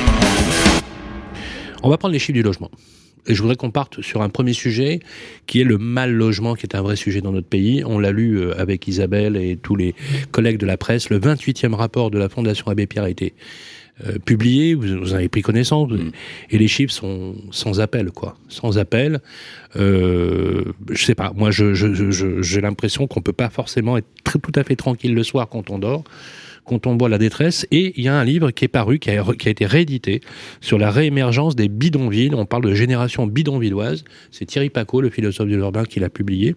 On va prendre les chiffres du logement. Et je voudrais qu'on parte sur un premier sujet, qui est le mal logement, qui est un vrai sujet dans notre pays. On l'a lu avec Isabelle et tous les collègues de la presse. Le vingt-huitième rapport de la Fondation Abbé Pierre a été euh, publié. Vous, vous en avez pris connaissance. Mmh. Et les chiffres sont sans appel, quoi. Sans appel. Euh, je sais pas. Moi, je, je, je, j'ai l'impression qu'on peut pas forcément être très, tout à fait tranquille le soir quand on dort, quand on voit la détresse. Et il y a un livre qui est paru, qui a, qui a été réédité, sur la réémergence des bidonvilles. On parle de génération bidonvilloise. C'est Thierry Pacaud, le philosophe de l'urbain, qui l'a publié,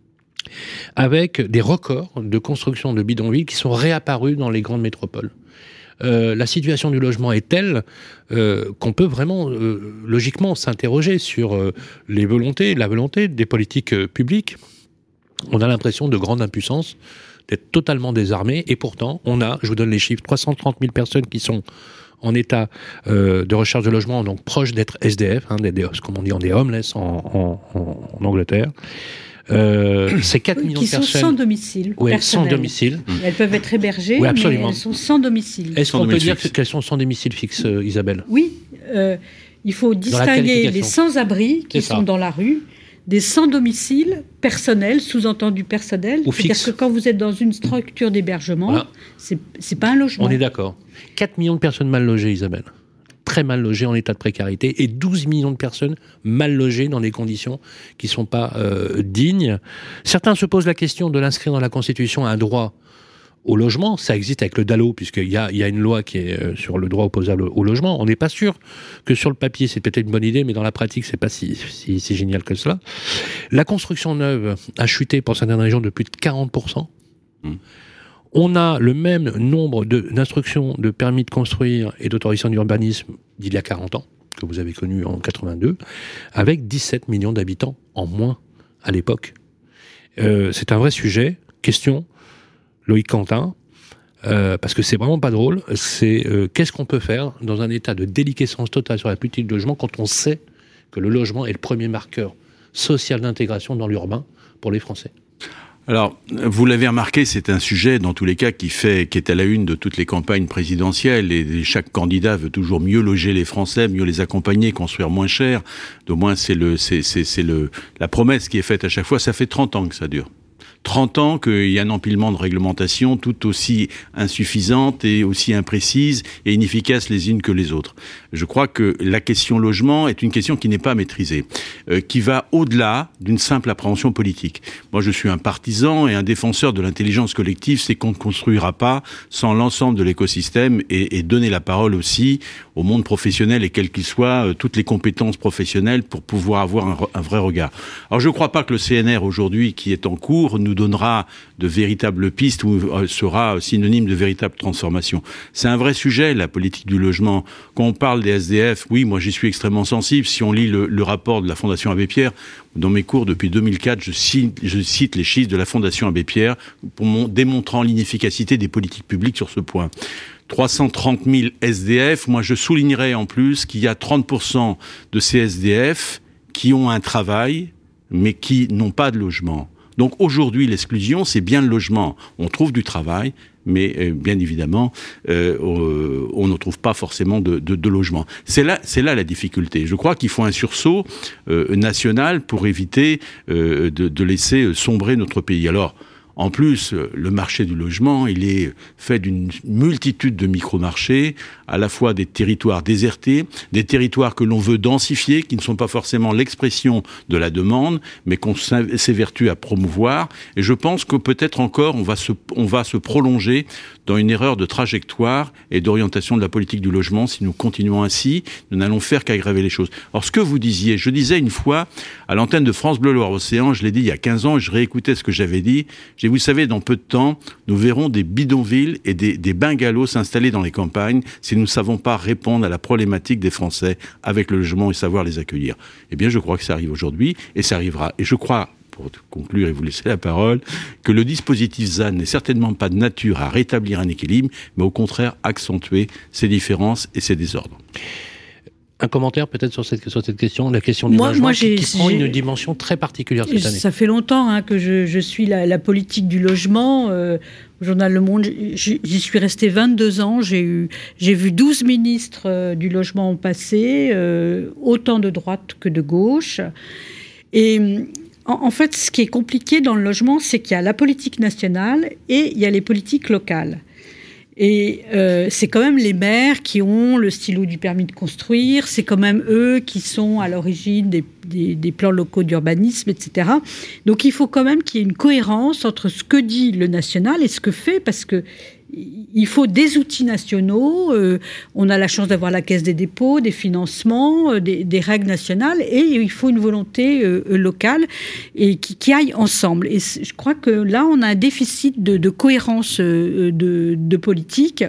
avec des records de construction de bidonvilles qui sont réapparus dans les grandes métropoles. Euh, la situation du logement est telle euh, qu'on peut vraiment, euh, logiquement, s'interroger sur euh, les volontés, la volonté des politiques euh, publiques. On a l'impression de grande impuissance, d'être totalement désarmé, et pourtant, on a, je vous donne les chiffres, trois cent trente mille personnes qui sont en état euh, de recherche de logement, donc proches d'être S D F, hein, des, des, comme on dit, en des homeless en, en, en, en Angleterre. Euh, c'est quatre oui, millions qui de personnes. Qui sont sans domicile. Oui, sans domicile. Elles peuvent être hébergées, oui, mais elles sont sans domicile. Est-ce qu'on peut dire qu'elles sont sans domicile fixe, euh, Isabelle ? Oui. Euh, il faut distinguer les sans-abri qui sont dans la rue, des sans-domicile personnels, sous-entendu personnel. Ou C'est-à-dire fixe. que quand vous êtes dans une structure d'hébergement, voilà. c'est, c'est pas un logement. On est d'accord. quatre millions de personnes mal logées, Isabelle. Très mal logées, en état de précarité, et douze millions de personnes mal logées dans des conditions qui ne sont pas euh, dignes. Certains se posent la question de l'inscrire dans la Constitution un droit au logement. Ça existe avec le D A L O, puisqu'il y a, il y a une loi qui est euh, sur le droit opposable au logement. On n'est pas sûr que sur le papier, c'est peut-être une bonne idée, mais dans la pratique, c'est pas si, si, si génial que cela. La construction neuve a chuté pour certaines régions de plus de quarante pour cent. Mmh. On a le même nombre de, d'instructions de permis de construire et d'autorisation d'urbanisme d'il y a quarante ans, que vous avez connu en quatre-vingt-deux, avec dix-sept millions d'habitants en moins à l'époque. Euh, c'est un vrai sujet. Question, Loïc Quentin, euh, parce que c'est vraiment pas drôle, c'est euh, qu'est-ce qu'on peut faire dans un état de déliquescence totale sur la politique de logement quand on sait que le logement est le premier marqueur social d'intégration dans l'urbain pour les Français. Alors, vous l'avez remarqué, c'est un sujet, dans tous les cas, qui fait, qui est à la une de toutes les campagnes présidentielles, et chaque candidat veut toujours mieux loger les Français, mieux les accompagner, construire moins cher. Au moins, c'est le, c'est, c'est, c'est le, la promesse qui est faite à chaque fois. Ça fait trente ans que ça dure. trente ans qu'il y a un empilement de réglementations tout aussi insuffisantes et aussi imprécises et inefficaces les unes que les autres. Je crois que la question logement est une question qui n'est pas maîtrisée, euh, qui va au-delà d'une simple appréhension politique. Moi, je suis un partisan et un défenseur de l'intelligence collective, c'est qu'on ne construira pas sans l'ensemble de l'écosystème et, et donner la parole aussi au monde professionnel et quel qu'il soit, euh, toutes les compétences professionnelles pour pouvoir avoir un, un vrai regard. Alors, je ne crois pas que le C N R aujourd'hui, qui est en cours, nous donnera de véritables pistes ou euh, sera synonyme de véritable transformation. C'est un vrai sujet, la politique du logement. Quand on parle des S D F, oui, moi j'y suis extrêmement sensible. Si on lit le, le rapport de la Fondation Abbé Pierre, dans mes cours depuis deux mille quatre, je cite, je cite les chiffres de la Fondation Abbé Pierre pour mon, démontrant l'inefficacité des politiques publiques sur ce point. trois cent trente mille S D F, moi je soulignerais en plus qu'il y a trente pour cent de ces S D F qui ont un travail, mais qui n'ont pas de logement. Donc aujourd'hui, l'exclusion, c'est bien le logement. On trouve du travail, mais euh, bien évidemment, euh, euh, on ne trouve pas forcément de, de, de logement. C'est là, c'est là la difficulté. Je crois qu'il faut un sursaut euh, national pour éviter euh, de, de laisser sombrer notre pays. Alors, en plus, le marché du logement, il est fait d'une multitude de micro-marchés, à la fois des territoires désertés, des territoires que l'on veut densifier, qui ne sont pas forcément l'expression de la demande, mais qu'on s'évertue à promouvoir. Et je pense que peut-être encore, on va se, on va se prolonger dans une erreur de trajectoire et d'orientation de la politique du logement. Si nous continuons ainsi, nous n'allons faire qu'aggraver les choses. Alors, ce que vous disiez, je disais une fois, à l'antenne de France Bleu Loire-Océan, je l'ai dit il y a quinze ans, et je réécoutais ce que j'avais dit. Et vous savez, dans peu de temps, nous verrons des bidonvilles et des, des bungalows s'installer dans les campagnes si nous ne savons pas répondre à la problématique des Français avec le logement et savoir les accueillir. Eh bien, je crois que ça arrive aujourd'hui et ça arrivera. Et je crois, pour conclure et vous laisser la parole, que le dispositif Z A N n'est certainement pas de nature à rétablir un équilibre, mais au contraire accentuer ces différences et ces désordres. Un commentaire peut-être sur cette, sur cette question, la question du moi, logement moi, qui, j'ai, qui prend j'ai, une dimension très particulière cette année. Ça fait longtemps hein, que je, je suis la, la politique du logement. Euh, au journal Le Monde, j'y, j'y suis restée vingt-deux ans. J'ai, eu, j'ai vu douze ministres euh, du logement passer, euh, autant de droite que de gauche. Et en, en fait, ce qui est compliqué dans le logement, c'est qu'il y a la politique nationale et il y a les politiques locales. Et euh, c'est quand même les maires qui ont le stylo du permis de construire, c'est quand même eux qui sont à l'origine des, des, des plans locaux d'urbanisme, et cetera. Donc il faut quand même qu'il y ait une cohérence entre ce que dit le national et ce que fait, parce que il faut des outils nationaux. Euh, on a la chance d'avoir la Caisse des dépôts, des financements, euh, des, des règles nationales, et il faut une volonté euh, locale et qui, qui aille ensemble. Et je crois que là, on a un déficit de, de cohérence euh, de, de politique.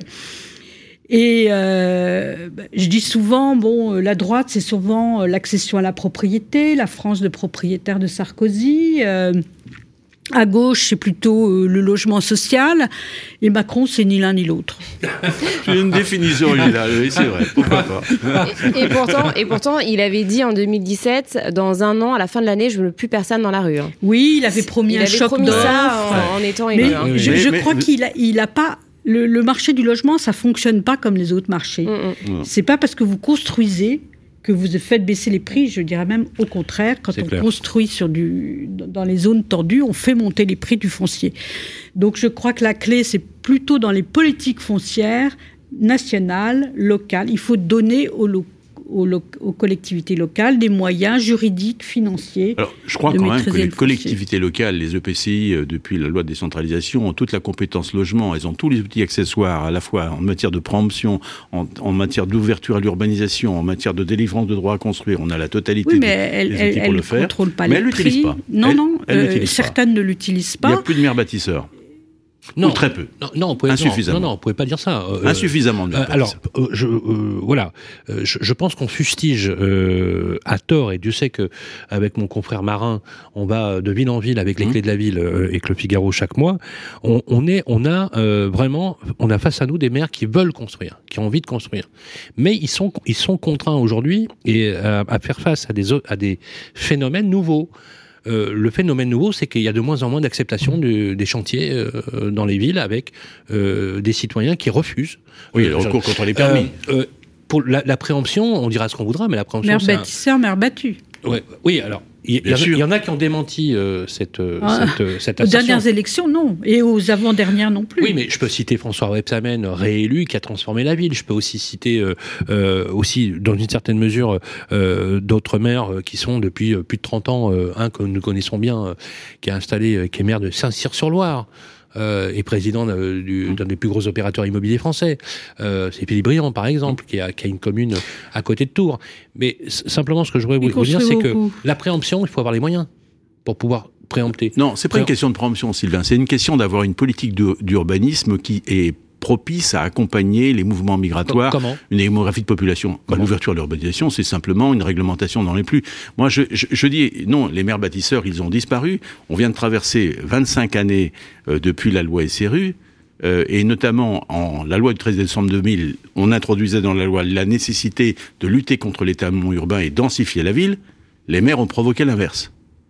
Et euh, je dis souvent, bon, la droite, c'est souvent l'accession à la propriété, la France de propriétaire de Sarkozy. Euh, À gauche, c'est plutôt euh, le logement social. Et Macron, c'est ni l'un ni l'autre. J'ai une définition originale, oui, c'est vrai. Pourquoi pas. Et, et, pourtant, et pourtant, il avait dit en deux mille dix-sept, dans un an, à la fin de l'année, je ne veux plus personne dans la rue. Hein. Oui, il avait promis il un avait choc promis d'offres. ça en, en étant élu. Mais hein. je, mais, je mais, crois mais... qu'il a, il a pas... Le, le marché du logement, ça ne fonctionne pas comme les autres marchés. Mm-mm. C'est pas parce que vous construisez que vous faites baisser les prix, je dirais même au contraire, quand C'est on clair. construit sur du, dans les zones tendues, on fait monter les prix du foncier. Donc je crois que la clé, c'est plutôt dans les politiques foncières nationales, locales. Il faut donner aux, lo- aux, lo- aux collectivités locales des moyens juridiques, financiers. Alors, je crois de quand même que maîtriser les le foncier. collectivités locales, les E P C I, euh, depuis la loi de décentralisation, ont toute la compétence logement. Elles ont tous les outils accessoires, à la fois en matière de préemption, en, en matière d'ouverture à l'urbanisation, en matière de délivrance de droits à construire. On a la totalité Oui, des, mais elles des outils pour le ne faire. contrôlent pas mais les elles prix. l'utilisent pas. Non, Elles- non, elles euh, l'utilisent pas. certaines ne l'utilisent Il n'y pas. a plus de maires bâtisseurs. Non, Ou très peu. Non, non, on pouvait, Insuffisamment. Non, non, on pouvait pas dire ça. Euh, Insuffisamment de euh, maires alors, bâtisseurs. euh, je, euh, voilà, euh, je, je pense qu'on fustige euh, à tort, et Dieu sait que avec mon confrère Marin, on va de ville en ville avec les Mmh. clés de la ville euh, et que le Figaro chaque mois. On, on est, on a euh, vraiment, on a face à nous des maires qui veulent construire, qui ont envie de construire, mais ils sont, ils sont contraints aujourd'hui et à, à faire face à des, à des phénomènes nouveaux. Euh, le phénomène nouveau, c'est qu'il y a de moins en moins d'acceptation du, des chantiers euh, dans les villes avec euh, des citoyens qui refusent. Oui, Euh, le recours contre les permis. euh, euh, pour la, la préemption, on dira ce qu'on voudra, mais la préemption, Maire c'est un- bâtisseur, maire battu. Ouais, oui, alors, Il y, y, y en a qui ont démenti euh, cette, ah, cette, cette assertion. Aux dernières élections, non. Et aux avant-dernières non plus. Oui, mais je peux citer François Rebsamen, réélu, qui a transformé la ville. Je peux aussi citer, euh, euh, aussi, dans une certaine mesure, euh, d'autres maires qui sont depuis plus de trente ans, euh, un que nous connaissons bien, euh, qui est installé, euh, qui est maire de Saint-Cyr-sur-Loire. Euh, et président euh, du, d'un des plus gros opérateurs immobiliers français. Euh, c'est Philippe Briand, par exemple, qui a, qui a une commune à côté de Tours. Mais c- simplement, ce que je voudrais vous, vous dire, c'est que la préemption, il faut avoir les moyens pour pouvoir préempter. Non, c'est pas Pré- une question de préemption, Sylvain. C'est une question d'avoir une politique d'urbanisme qui est propice à accompagner les mouvements migratoires, Comment une démographie de population. Bah, l'ouverture de l'urbanisation, c'est simplement une réglementation dans les plus. Moi, je, je, je dis, non, les maires bâtisseurs, ils ont disparu. On vient de traverser vingt-cinq années euh, depuis la loi S R U, euh, et notamment en la loi du treize décembre deux mille, on introduisait dans la loi la nécessité de lutter contre l'étalement urbain et densifier la ville. Les maires ont provoqué l'inverse.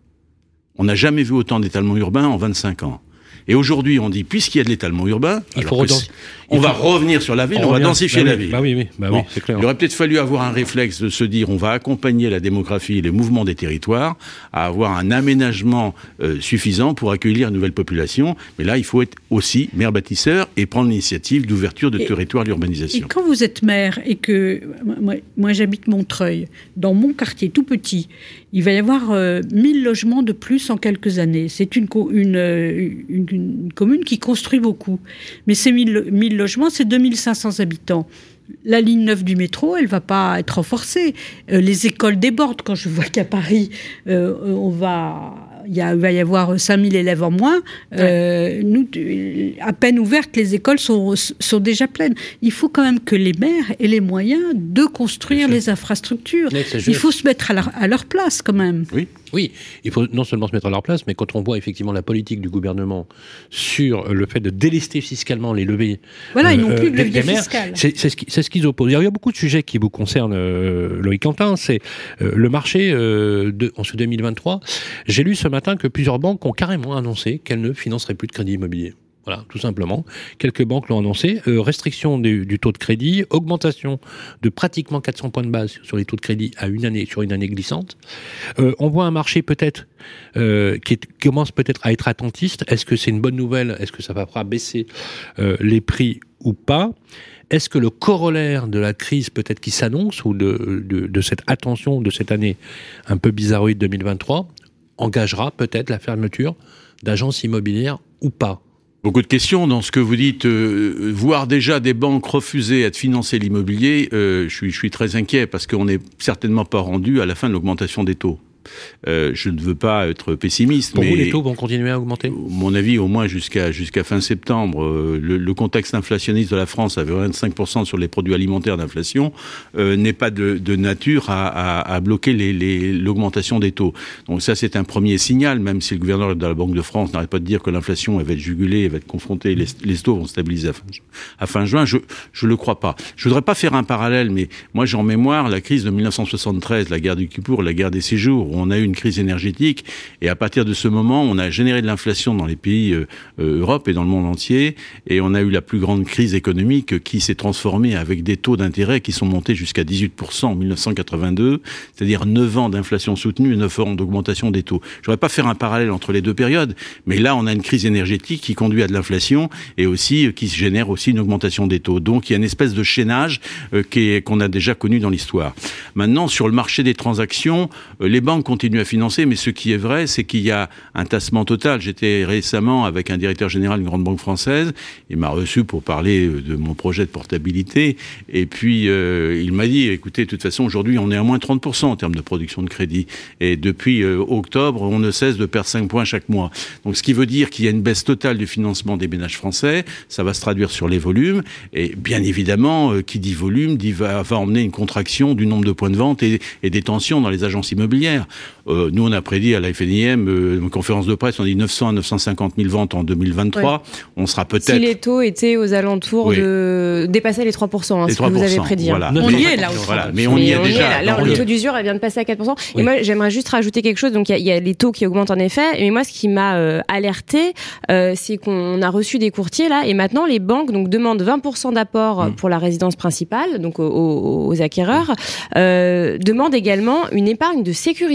On n'a jamais vu autant d'étalement urbain en vingt-cinq ans. Et aujourd'hui, on dit, puisqu'il y a de l'étalement urbain, il faut redens- on il va faut... revenir sur la ville, on, on va densifier bah la oui, ville. Bah oui, oui, bah bon, oui, c'est clair. Il aurait peut-être fallu avoir un réflexe de se dire, on va accompagner la démographie et les mouvements des territoires à avoir un aménagement euh, suffisant pour accueillir une nouvelle population. Mais là, il faut être aussi maire bâtisseur et prendre l'initiative d'ouverture de et, territoire à l'urbanisation. Et quand vous êtes maire et que, moi, moi j'habite Montreuil, dans mon quartier tout petit, il va y avoir euh, mille logements de plus en quelques années. C'est une, une, une, une commune qui construit beaucoup. Mais ces mille, mille logements, c'est deux mille cinq cents habitants. La ligne neuf du métro, elle ne va pas être renforcée. Euh, les écoles débordent. Quand je vois qu'à Paris, euh, on va... Il, y a, il va y avoir cinq mille élèves en moins. Euh, nous, à peine ouvertes, les écoles sont, sont déjà pleines. Il faut quand même que les maires aient les moyens de construire les infrastructures. Il faut se mettre à leur, à leur place quand même. Oui. Oui, il faut non seulement se mettre à leur place, mais quand on voit effectivement la politique du gouvernement sur le fait de délester fiscalement les leviers, voilà, ils n'ont euh, plus de levier maires, fiscal. C'est, c'est, ce qui, c'est ce qu'ils opposent. Il y a beaucoup de sujets qui vous concernent, euh, Loïc Quentin. C'est euh, le marché euh, de, en ce deux mille vingt-trois. J'ai lu ce matin que plusieurs banques ont carrément annoncé qu'elles ne financeraient plus de crédit immobilier. Voilà, tout simplement. Quelques banques l'ont annoncé. Euh, restriction du, du taux de crédit, augmentation de pratiquement quatre cents points de base sur les taux de crédit à une année, sur une année glissante. Euh, on voit un marché peut-être euh, qui, est, qui commence peut-être à être attentiste. Est-ce que c'est une bonne nouvelle ? Est-ce que ça va faire baisser euh, les prix ou pas ? Est-ce que le corollaire de la crise peut-être qui s'annonce ou de, de, de cette attention de cette année un peu bizarroïde deux mille vingt-trois engagera peut-être la fermeture d'agences immobilières ou pas ? Beaucoup de questions dans ce que vous dites. Euh, voir déjà des banques refuser à te financer l'immobilier, euh, je suis, je suis très inquiet parce qu'on n'est certainement pas rendu à la fin de l'augmentation des taux. Euh, je ne veux pas être pessimiste, Pour mais... vous, les taux vont continuer à augmenter ? Mon avis, au moins jusqu'à jusqu'à fin septembre. Euh, le, le contexte inflationniste de la France, avec vingt-cinq pour cent sur les produits alimentaires d'inflation, euh, n'est pas de, de nature à, à, à bloquer les, les, l'augmentation des taux. Donc ça, c'est un premier signal, même si le gouverneur de la Banque de France n'arrête pas de dire que l'inflation elle va être jugulée, elle va être confrontée, les, les taux vont stabiliser à fin, à fin juin. Je je le crois pas. Je voudrais pas faire un parallèle, mais moi j'ai en mémoire la crise de mille neuf cent soixante-treize, la guerre du Kippour, la guerre des séjours, où on a eu une crise énergétique, et à partir de ce moment, on a généré de l'inflation dans les pays euh, euh, Europe et dans le monde entier, et on a eu la plus grande crise économique qui s'est transformée avec des taux d'intérêt qui sont montés jusqu'à dix-huit pour cent en mille neuf cent quatre-vingt-deux, c'est-à-dire neuf ans d'inflation soutenue et neuf ans d'augmentation des taux. Je ne voudrais pas faire un parallèle entre les deux périodes, mais là, on a une crise énergétique qui conduit à de l'inflation et aussi euh, qui génère aussi une augmentation des taux. Donc, il y a une espèce de chaînage euh, qui est, qu'on a déjà connu dans l'histoire. Maintenant, sur le marché des transactions, euh, les banques continuent à financer, mais ce qui est vrai, c'est qu'il y a un tassement total. J'étais récemment avec un directeur général d'une grande banque française, il m'a reçu pour parler de mon projet de portabilité, et puis euh, il m'a dit, écoutez, de toute façon, aujourd'hui, on est à moins trente pour cent en termes de production de crédit, et depuis euh, octobre, on ne cesse de perdre cinq points chaque mois. Donc, ce qui veut dire qu'il y a une baisse totale du financement des ménages français, ça va se traduire sur les volumes, et bien évidemment, euh, qui dit volume, dit va, va emmener une contraction du nombre de points de vente et, et des tensions dans les agences immobilières. Euh, nous, on a prédit à la F N I M, euh, une conférence de presse, on dit neuf cents à neuf cent cinquante mille ventes en deux mille vingt-trois. Ouais. On sera peut-être... Si les taux étaient aux alentours oui. de... dépassaient les trois pour cent, hein, les ce que vous avez prédit. Voilà. On y est là. Voilà. Mais on y est déjà. Là, le taux d'usure, elle vient de passer à quatre pour cent. Oui. Et moi, j'aimerais juste rajouter quelque chose. Donc, il y, y a les taux qui augmentent en effet. Mais moi, ce qui m'a euh, alerté, euh, c'est qu'on a reçu des courtiers là, et maintenant les banques donc demandent vingt pour cent d'apport mmh. pour la résidence principale, donc aux, aux, aux acquéreurs, euh, demandent également une épargne de sécurité.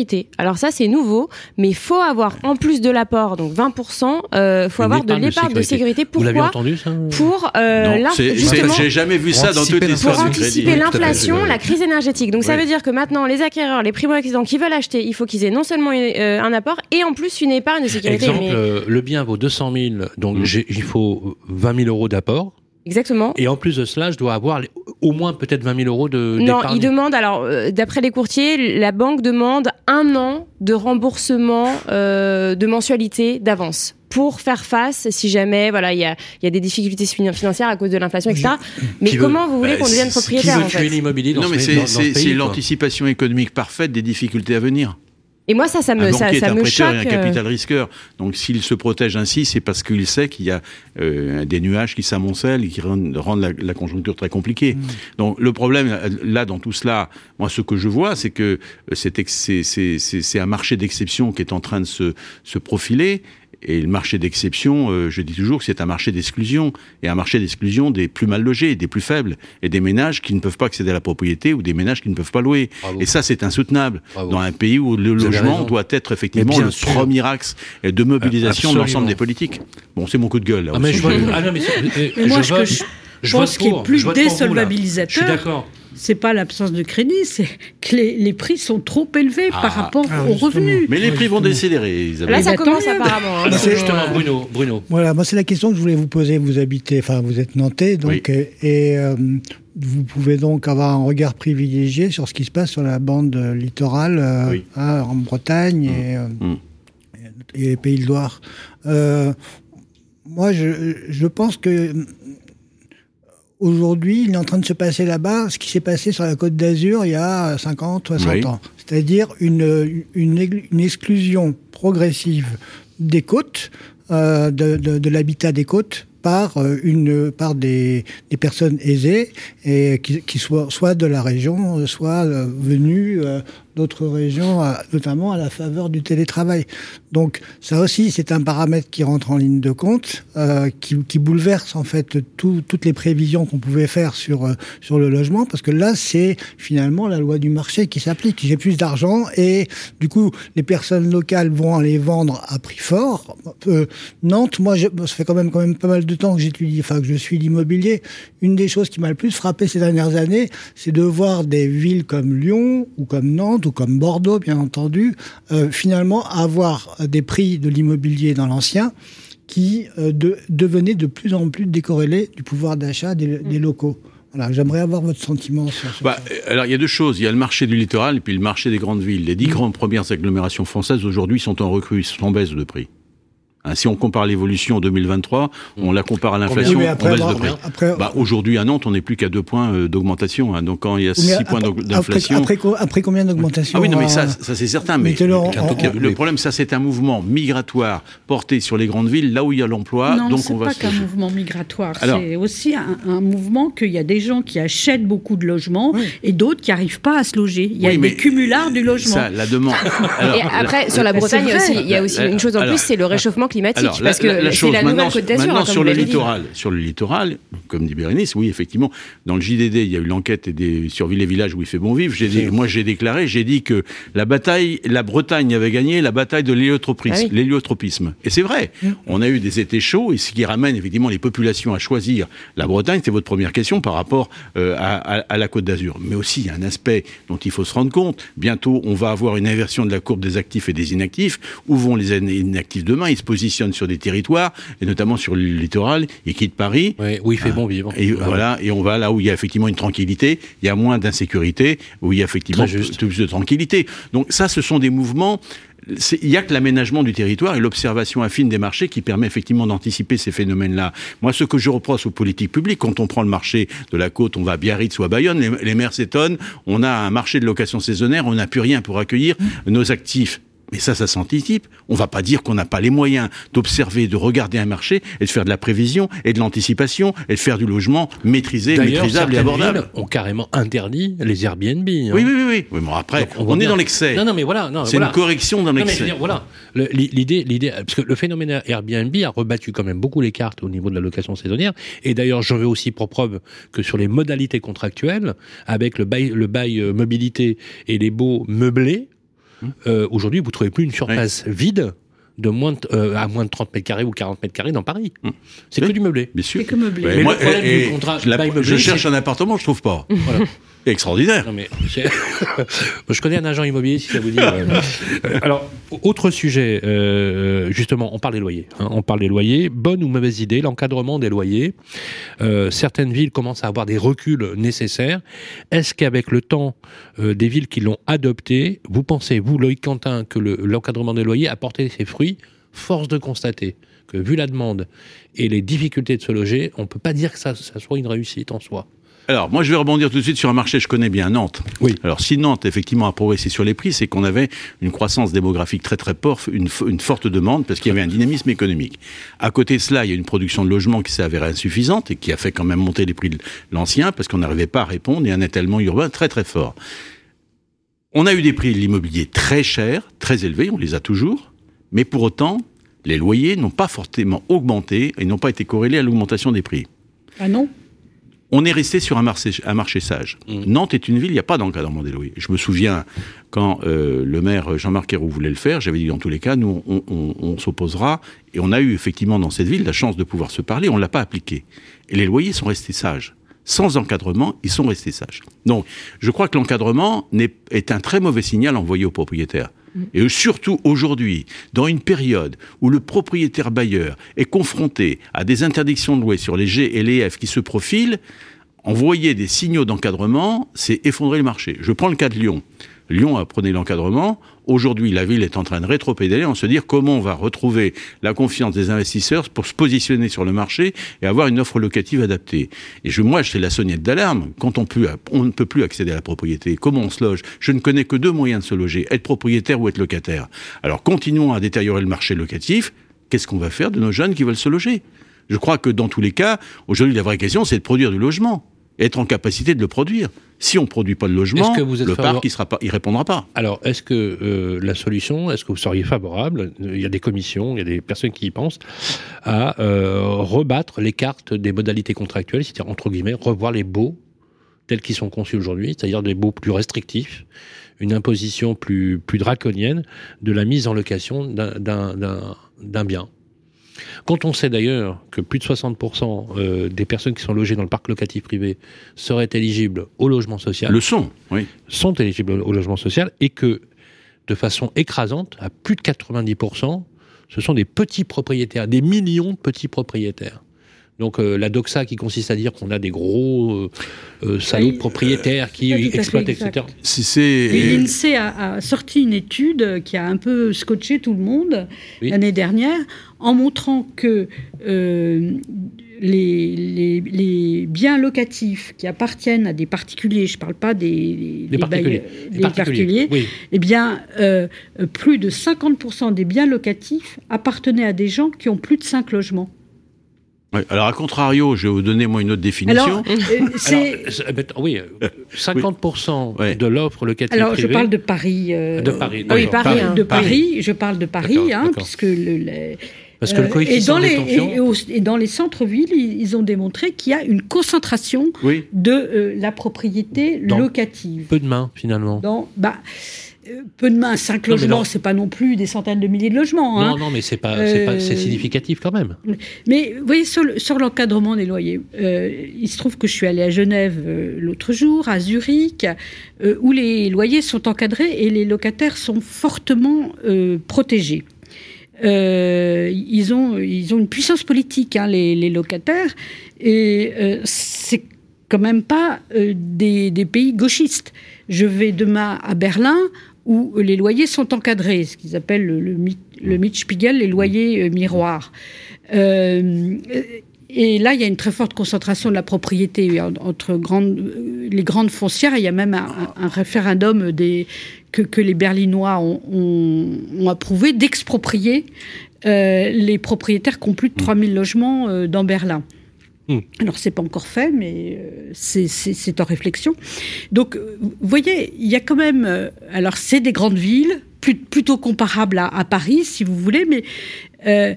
sécurité. Alors ça, c'est nouveau, mais il faut avoir, en plus de l'apport, donc vingt pour cent, il euh, faut Une avoir de l'épargne de sécurité. Pourquoi ? Vous l'avez entendu, ça ? Pour euh, non, c'est, justement, c'est, j'ai jamais vu ça dans toute l'histoire pour du crédit. anticiper l'inflation, la crise énergétique. Donc oui. Ça veut dire que maintenant, les acquéreurs, les primo-accédants qui veulent acheter, il faut qu'ils aient non seulement euh, un apport et en plus une épargne de sécurité. Exemple, mais... euh, le bien vaut deux cent mille, donc mmh. j'ai, il faut vingt mille euros d'apport. Exactement. Et en plus de cela, je dois avoir les, au moins peut-être vingt mille euros de Non, d'épargne. il demande, alors, euh, d'après les courtiers, la banque demande un an de remboursement euh, de mensualité d'avance pour faire face, si jamais, voilà, il y a, y a des difficultés financières à cause de l'inflation, et cetera. Mais qui comment veut, vous voulez bah, qu'on devienne propriétaire, qui veut en tuer fait l'immobilier dans Non, ce, mais c'est, dans, dans c'est, ce pays, c'est quoi. l'anticipation économique parfaite des difficultés à venir. Et moi, ça, ça me, un ça, ça est un me prêteur choque. Et un capital risqueur. Donc, s'il se protège ainsi, c'est parce qu'il sait qu'il y a euh, des nuages qui s'amoncellent et qui rendent, rendent la, la conjoncture très compliquée. Mmh. Donc, le problème, là, dans tout cela, moi, ce que je vois, c'est que c'est, c'est, c'est, c'est, c'est un marché d'exception qui est en train de se, se profiler. Et le marché d'exception, euh, je dis toujours que c'est un marché d'exclusion. Et un marché d'exclusion des plus mal logés, des plus faibles. Et des ménages qui ne peuvent pas accéder à la propriété ou des ménages qui ne peuvent pas louer. Bravo. Et ça, c'est insoutenable. Bravo. Dans un pays où le Vous logement doit être effectivement le sûr. premier axe de mobilisation euh, de l'ensemble des politiques. Bon, c'est mon coup de gueule. Là, ah, mais je vois, ah non, mais, mais, mais moi, je, je, vote, je, je pense qu'il est plus désolvabilisateur. Je suis d'accord. C'est pas l'absence de crédit, c'est que les, les prix sont trop élevés ah, par rapport ah, aux revenus. Mais les prix vont décélérer, Isabelle. Là, ça commence apparemment. Hein. C'est justement Bruno. Bruno. Voilà, moi c'est la question que je voulais vous poser. Vous habitez, enfin vous êtes nantais, donc oui. et euh, vous pouvez donc avoir un regard privilégié sur ce qui se passe sur la bande littorale euh, oui. hein, en Bretagne mmh. et, euh, mmh. et les Pays de Loire. Euh, moi, je, je pense que aujourd'hui, il est en train de se passer là-bas ce qui s'est passé sur la Côte d'Azur il y a cinquante, soixante oui. ans. C'est-à-dire une, une, une exclusion progressive des côtes, euh, de, de, de l'habitat des côtes, par une par des, des personnes aisées et qui, qui soient soit de la région, soit euh, venues euh, d'autres régions, à, notamment à la faveur du télétravail. Donc ça aussi, c'est un paramètre qui rentre en ligne de compte, euh, qui, qui bouleverse en fait tout, toutes les prévisions qu'on pouvait faire sur euh, sur le logement, parce que là, c'est finalement la loi du marché qui s'applique. J'ai plus d'argent et du coup, les personnes locales vont aller vendre à prix fort. Euh, Nantes, moi, je, ça fait quand même quand même pas mal de temps que j'étudie, enfin que je suis l'immobilier. Une des choses qui m'a le plus frappé ces dernières années, c'est de voir des villes comme Lyon ou comme Nantes ou comme Bordeaux, bien entendu, euh, finalement avoir des prix de l'immobilier dans l'ancien qui euh, de, devenaient de plus en plus décorrélés du pouvoir d'achat des, des locaux. Voilà, j'aimerais avoir votre sentiment sur ça. Bah, alors, il y a deux choses. Il y a le marché du littoral et puis le marché des grandes villes. Les dix mmh. grandes premières agglomérations françaises, aujourd'hui, sont en recrue, sont en baisse de prix. Hein, si on compare l'évolution en deux mille vingt-trois, on la compare à l'inflation, oui, après, on baisse de prix. Après, bah, aujourd'hui, à Nantes, on n'est plus qu'à deux points euh, d'augmentation. Hein, donc, quand il y a six après, points d'inflation... Après, après, après combien d'augmentation? Ah oui, non, mais ça, ça c'est certain. Mais, mais le, on, on, le problème, ça, c'est un mouvement migratoire porté sur les grandes villes, là où il y a l'emploi. Non, donc c'est on va pas se... qu'un mouvement migratoire. Alors, c'est aussi un, un mouvement qu'il y a des gens qui achètent beaucoup de logements oui. et d'autres qui n'arrivent pas à se loger. Il y a oui, des cumulards du logement. Ça, la demande... Alors, et après, la, sur la Bretagne, aussi, il y a aussi une chose en plus, c'est le réchauffement climatique. Alors, parce que la, la chose, c'est la maintenant, nouvelle Côte d'Azur. Maintenant, hein, sur le littoral, sur le littoral, comme dit Bérénice, oui, effectivement, dans le J D D, il y a eu l'enquête des, sur Ville et Village où il fait bon vivre. J'ai dit, moi, j'ai déclaré, j'ai dit que la bataille, la Bretagne avait gagné la bataille de l'héliotropisme. Ah oui. l'héliotropisme. Et c'est vrai. Mmh. On a eu des étés chauds et ce qui ramène effectivement les populations à choisir la Bretagne, c'est votre première question par rapport euh, à, à, à la Côte d'Azur. Mais aussi, il y a un aspect dont il faut se rendre compte. Bientôt, on va avoir une inversion de la courbe des actifs et des inactifs. Où vont les inactifs demain? Ils se positionnent sur des territoires, et notamment sur le littoral, ils quittent Paris. Oui, où il fait bon vivre. Et ah, voilà, ouais. et on va là où il y a effectivement une tranquillité, il y a moins d'insécurité, où il y a effectivement plus, plus de tranquillité. Donc ça, ce sont des mouvements... Il n'y a que l'aménagement du territoire et l'observation affine des marchés qui permet effectivement d'anticiper ces phénomènes-là. Moi, ce que je reproche aux politiques publiques, quand on prend le marché de la côte, on va à Biarritz ou à Bayonne, les, les maires s'étonnent, on a un marché de location saisonnière, on n'a plus rien pour accueillir mmh. nos actifs. Mais ça, ça s'anticipe. On ne va pas dire qu'on n'a pas les moyens d'observer, de regarder un marché et de faire de la prévision et de l'anticipation et de faire du logement maîtrisé, D'ailleurs, maîtrisable et abordable. Villes ont carrément interdit les Airbnb. Hein. Oui, oui, oui, oui. oui bon, après, on, on est dans l'excès. Non, non, mais voilà. Non, c'est voilà. une correction dans l'excès. Non, mais je veux dire, voilà. Le, l'idée, l'idée, parce que le phénomène Airbnb a rebattu quand même beaucoup les cartes au niveau de la location saisonnière. Et d'ailleurs, j'en veux aussi pour preuve que sur les modalités contractuelles, avec le bail, le bail mobilité et les baux meublés, euh, aujourd'hui, vous ne trouvez plus une surface oui. vide de moins de, euh, à moins de trente mètres carrés ou quarante mètres carrés dans Paris. Mmh. C'est oui. que du meublé. Bien sûr. C'est que meublé. Ouais, mais moi, le problème et, du contrat la, meublé, je cherche c'est... un appartement, je ne trouve pas. Voilà. Extraordinaire. Non mais je connais un agent immobilier si ça vous dit. Euh, alors autre sujet, euh, justement, on parle des loyers. Hein, on parle des loyers. Bonne ou mauvaise idée, l'encadrement des loyers. Euh, certaines villes commencent à avoir des reculs nécessaires. Est-ce qu'avec le temps euh, des villes qui l'ont adopté, vous pensez, vous, Loïc Quentin, que le, l'encadrement des loyers a porté ses fruits? Force de constater que vu la demande et les difficultés de se loger, on ne peut pas dire que ça, ça soit une réussite en soi. Alors, moi, je vais rebondir tout de suite sur un marché que je connais bien, Nantes. Oui. Alors, si Nantes, effectivement, a progressé sur les prix, c'est qu'on avait une croissance démographique très, très forte, une, une forte demande, parce qu'il y avait un dynamisme économique. À côté de cela, il y a une production de logements qui s'est avérée insuffisante et qui a fait quand même monter les prix de l'ancien, parce qu'on n'arrivait pas à répondre, et un étalement urbain très, très fort. On a eu des prix de l'immobilier très chers, très élevés, on les a toujours, mais pour autant, les loyers n'ont pas fortement augmenté et n'ont pas été corrélés à l'augmentation des prix. Ah non ? On est resté sur un marché, un marché sage. Mmh. Nantes est une ville, il n'y a pas d'encadrement des loyers. Je me souviens, quand euh, le maire Jean-Marc Ayrault voulait le faire, j'avais dit dans tous les cas, nous, on, on, on s'opposera. Et on a eu effectivement dans cette ville la chance de pouvoir se parler, on ne l'a pas appliqué. Et les loyers sont restés sages. Sans encadrement, ils sont restés sages. Donc, je crois que l'encadrement n'est, est un très mauvais signal envoyé aux propriétaires. Et surtout aujourd'hui, dans une période où le propriétaire bailleur est confronté à des interdictions de louer sur les G et les F qui se profilent, envoyer des signaux d'encadrement, c'est effondrer le marché. Je prends le cas de Lyon. Lyon apprenait l'encadrement. Aujourd'hui, la ville est en train de rétropédaler en se dire comment on va retrouver la confiance des investisseurs pour se positionner sur le marché et avoir une offre locative adaptée. Et je, moi, c'est la sonnette d'alarme. Quand on, peut, on ne peut plus accéder à la propriété, comment on se loge? Je ne connais que deux moyens de se loger, être propriétaire ou être locataire. Alors, continuons à détériorer le marché locatif. Qu'est-ce qu'on va faire de nos jeunes qui veulent se loger? Je crois que dans tous les cas, aujourd'hui, la vraie question, c'est de produire du logement. Être en capacité de le produire. Si on ne produit pas de logement, le favor... parc, il ne répondra pas. Alors, est-ce que euh, la solution, est-ce que vous seriez favorable, il y a des commissions, il y a des personnes qui y pensent, à euh, rebattre les cartes des modalités contractuelles, c'est-à-dire, entre guillemets, revoir les baux tels qu'ils sont conçus aujourd'hui, c'est-à-dire des baux plus restrictifs, une imposition plus, plus draconienne de la mise en location d'un, d'un, d'un, d'un bien. Quand on sait d'ailleurs que plus de soixante pour cent euh, des personnes qui sont logées dans le parc locatif privé seraient éligibles au logement social. Le sont, oui. Sont éligibles au logement social et que, de façon écrasante, à plus de quatre-vingt-dix pour cent, ce sont des petits propriétaires, des millions de petits propriétaires. Donc euh, la doxa qui consiste à dire qu'on a des gros euh, euh, salauds oui, de propriétaires euh, qui exploitent, et cetera. Si c'est... L'INSEE a, a sorti une étude qui a un peu scotché tout le monde oui. l'année dernière en montrant que euh, les, les, les biens locatifs qui appartiennent à des particuliers, je ne parle pas des, des, des particuliers, bailleurs, des particuliers, particuliers oui. eh bien, euh, plus de cinquante pour cent des biens locatifs appartenaient à des gens qui ont plus de cinq logements. Oui, alors, à contrario, je vais vous donner, moi, une autre définition. Alors, euh, c'est... alors oui, cinquante pour cent oui. de l'offre locative alors, privée... Alors, je parle de Paris. Euh... De Paris. Ah oui, Paris, hein. de Paris. Paris. Je parle de Paris, d'accord, hein, d'accord. puisque... Le, le, Parce que le coefficient et, dans de les, détention... et, et dans les centres-villes, ils ont démontré qu'il y a une concentration oui. de euh, la propriété dans locative. Peu de mains, finalement. Dans, bah, euh, peu de mains, cinq non, logements, c'est pas non plus des centaines de milliers de logements. Non, hein. non, mais c'est pas, euh, c'est pas, c'est significatif quand même. Mais vous voyez, sur, le, sur l'encadrement des loyers, euh, il se trouve que je suis allée à Genève euh, l'autre jour, à Zurich, euh, où les loyers sont encadrés et les locataires sont fortement euh, protégés. Euh, ils ont, ils ont une puissance politique, hein, les, les locataires, et euh, c'est quand même pas euh, des, des pays gauchistes. Je vais demain à Berlin, où les loyers sont encadrés, ce qu'ils appellent le, le, le Mietspiegel, les loyers euh, miroirs. Euh, et là, il y a une très forte concentration de la propriété entre grandes, les grandes foncières. Il y a même un, un référendum des, que, que les Berlinois ont, ont, ont approuvé d'exproprier euh, les propriétaires qui ont plus de trois mille logements euh, dans Berlin. Alors, ce n'est pas encore fait, mais euh, c'est, c'est, c'est en réflexion. Donc, euh, vous voyez, il y a quand même... Euh, alors, c'est des grandes villes, plus, plutôt comparables à, à Paris, si vous voulez, mais... Euh,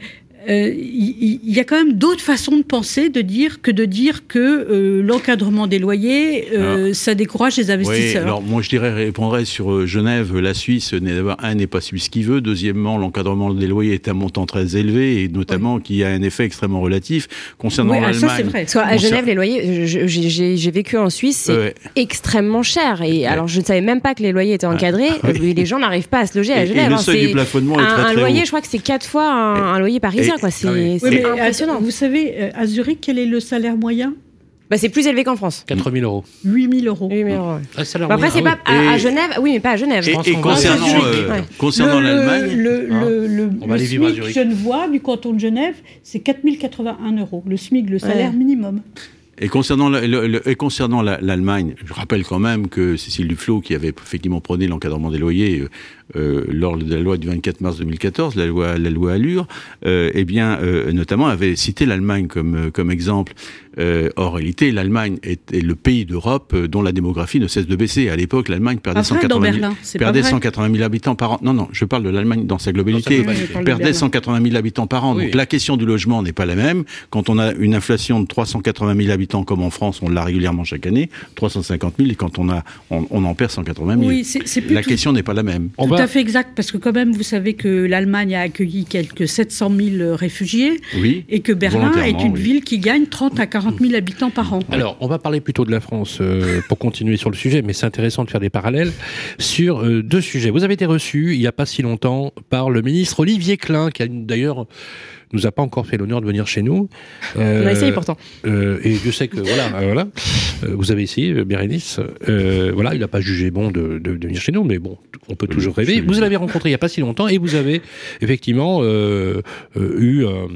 il euh, y, y a quand même d'autres façons de penser, de dire que de dire que euh, l'encadrement des loyers, euh, alors, ça décourage les investisseurs. Oui, alors moi je dirais, répondrais sur Genève, la Suisse, d'abord, un n'est pas celui ce qu'il veut. Deuxièmement, l'encadrement des loyers est un montant très élevé et notamment oui. qui a un effet extrêmement relatif. Concernant oui, l'Allemagne, ça c'est vrai. Soit à Genève, les loyers, je, je, j'ai, j'ai vécu en Suisse, c'est ouais. extrêmement cher. Et ouais. alors je ne savais même pas que les loyers étaient encadrés. Ah, oui. Les gens n'arrivent pas à se loger à Genève. Et, et le seuil hein, du plafonnement est très, un, très un loyer, haut. je crois que c'est quatre fois un, un loyer parisien. Et, quoi. C'est, oui. c'est oui, impressionnant. Vous savez, à Zurich, quel est le salaire moyen ? Bah, c'est plus élevé qu'en France. quatre mille euros. huit mille euros. huit mille euros. Ah, bah, après, c'est ah, pas oui. à, à Genève. Oui, mais pas à Genève. Et, je pense et concernant, euh, ouais. concernant le, l'Allemagne, le, hein, le, le, on va le aller vivre à SMIC Zurich. genevois du canton de Genève, c'est quatre mille quatre-vingt-un euros. Le SMIC, le salaire ouais. minimum. Et concernant, le, le, le, et concernant la, l'Allemagne, je rappelle quand même que Cécile Duflot, qui avait effectivement prôné l'encadrement des loyers euh, lors de la loi du vingt-quatre mars deux mille quatorze, la loi, la loi Allure, euh, eh bien, euh, notamment avait cité l'Allemagne comme, comme exemple. Euh, en réalité, l'Allemagne est, est le pays d'Europe dont la démographie ne cesse de baisser. À l'époque, l'Allemagne perdait, cent quatre-vingt mille, perdait cent quatre-vingt mille habitants par an. Non, non, je parle de l'Allemagne dans sa globalité. Dans sa globalité. Perdait cent quatre-vingt mille habitants par an. Oui. Donc la question du logement n'est pas la même. Quand on a une inflation de trois cent quatre-vingt mille habitants comme en France, on l'a régulièrement chaque année, trois cent cinquante mille, et quand on, a, on, on en perd cent quatre-vingt mille. Oui, c'est, c'est la question n'est pas la même. Tout va... à fait exact, parce que quand même, vous savez que l'Allemagne a accueilli quelques sept cent mille réfugiés, oui, et que Berlin est une oui. ville qui gagne trente à quarante mille habitants par an. Alors, on va parler plutôt de la France euh, pour continuer sur le sujet, mais c'est intéressant de faire des parallèles sur euh, deux sujets. Vous avez été reçu, il n'y a pas si longtemps, par le ministre Olivier Klein, qui a d'ailleurs... nous a pas encore fait l'honneur de venir chez nous. Euh, on a essayé pourtant. Euh, et je sais que voilà, euh, voilà, euh, vous avez essayé, Bérénice. Euh, voilà, il n'a pas jugé bon de, de, de venir chez nous, mais bon, on peut toujours rêver. Vous l'avez rencontré il n'y a pas si longtemps et vous avez effectivement euh, euh, eu euh,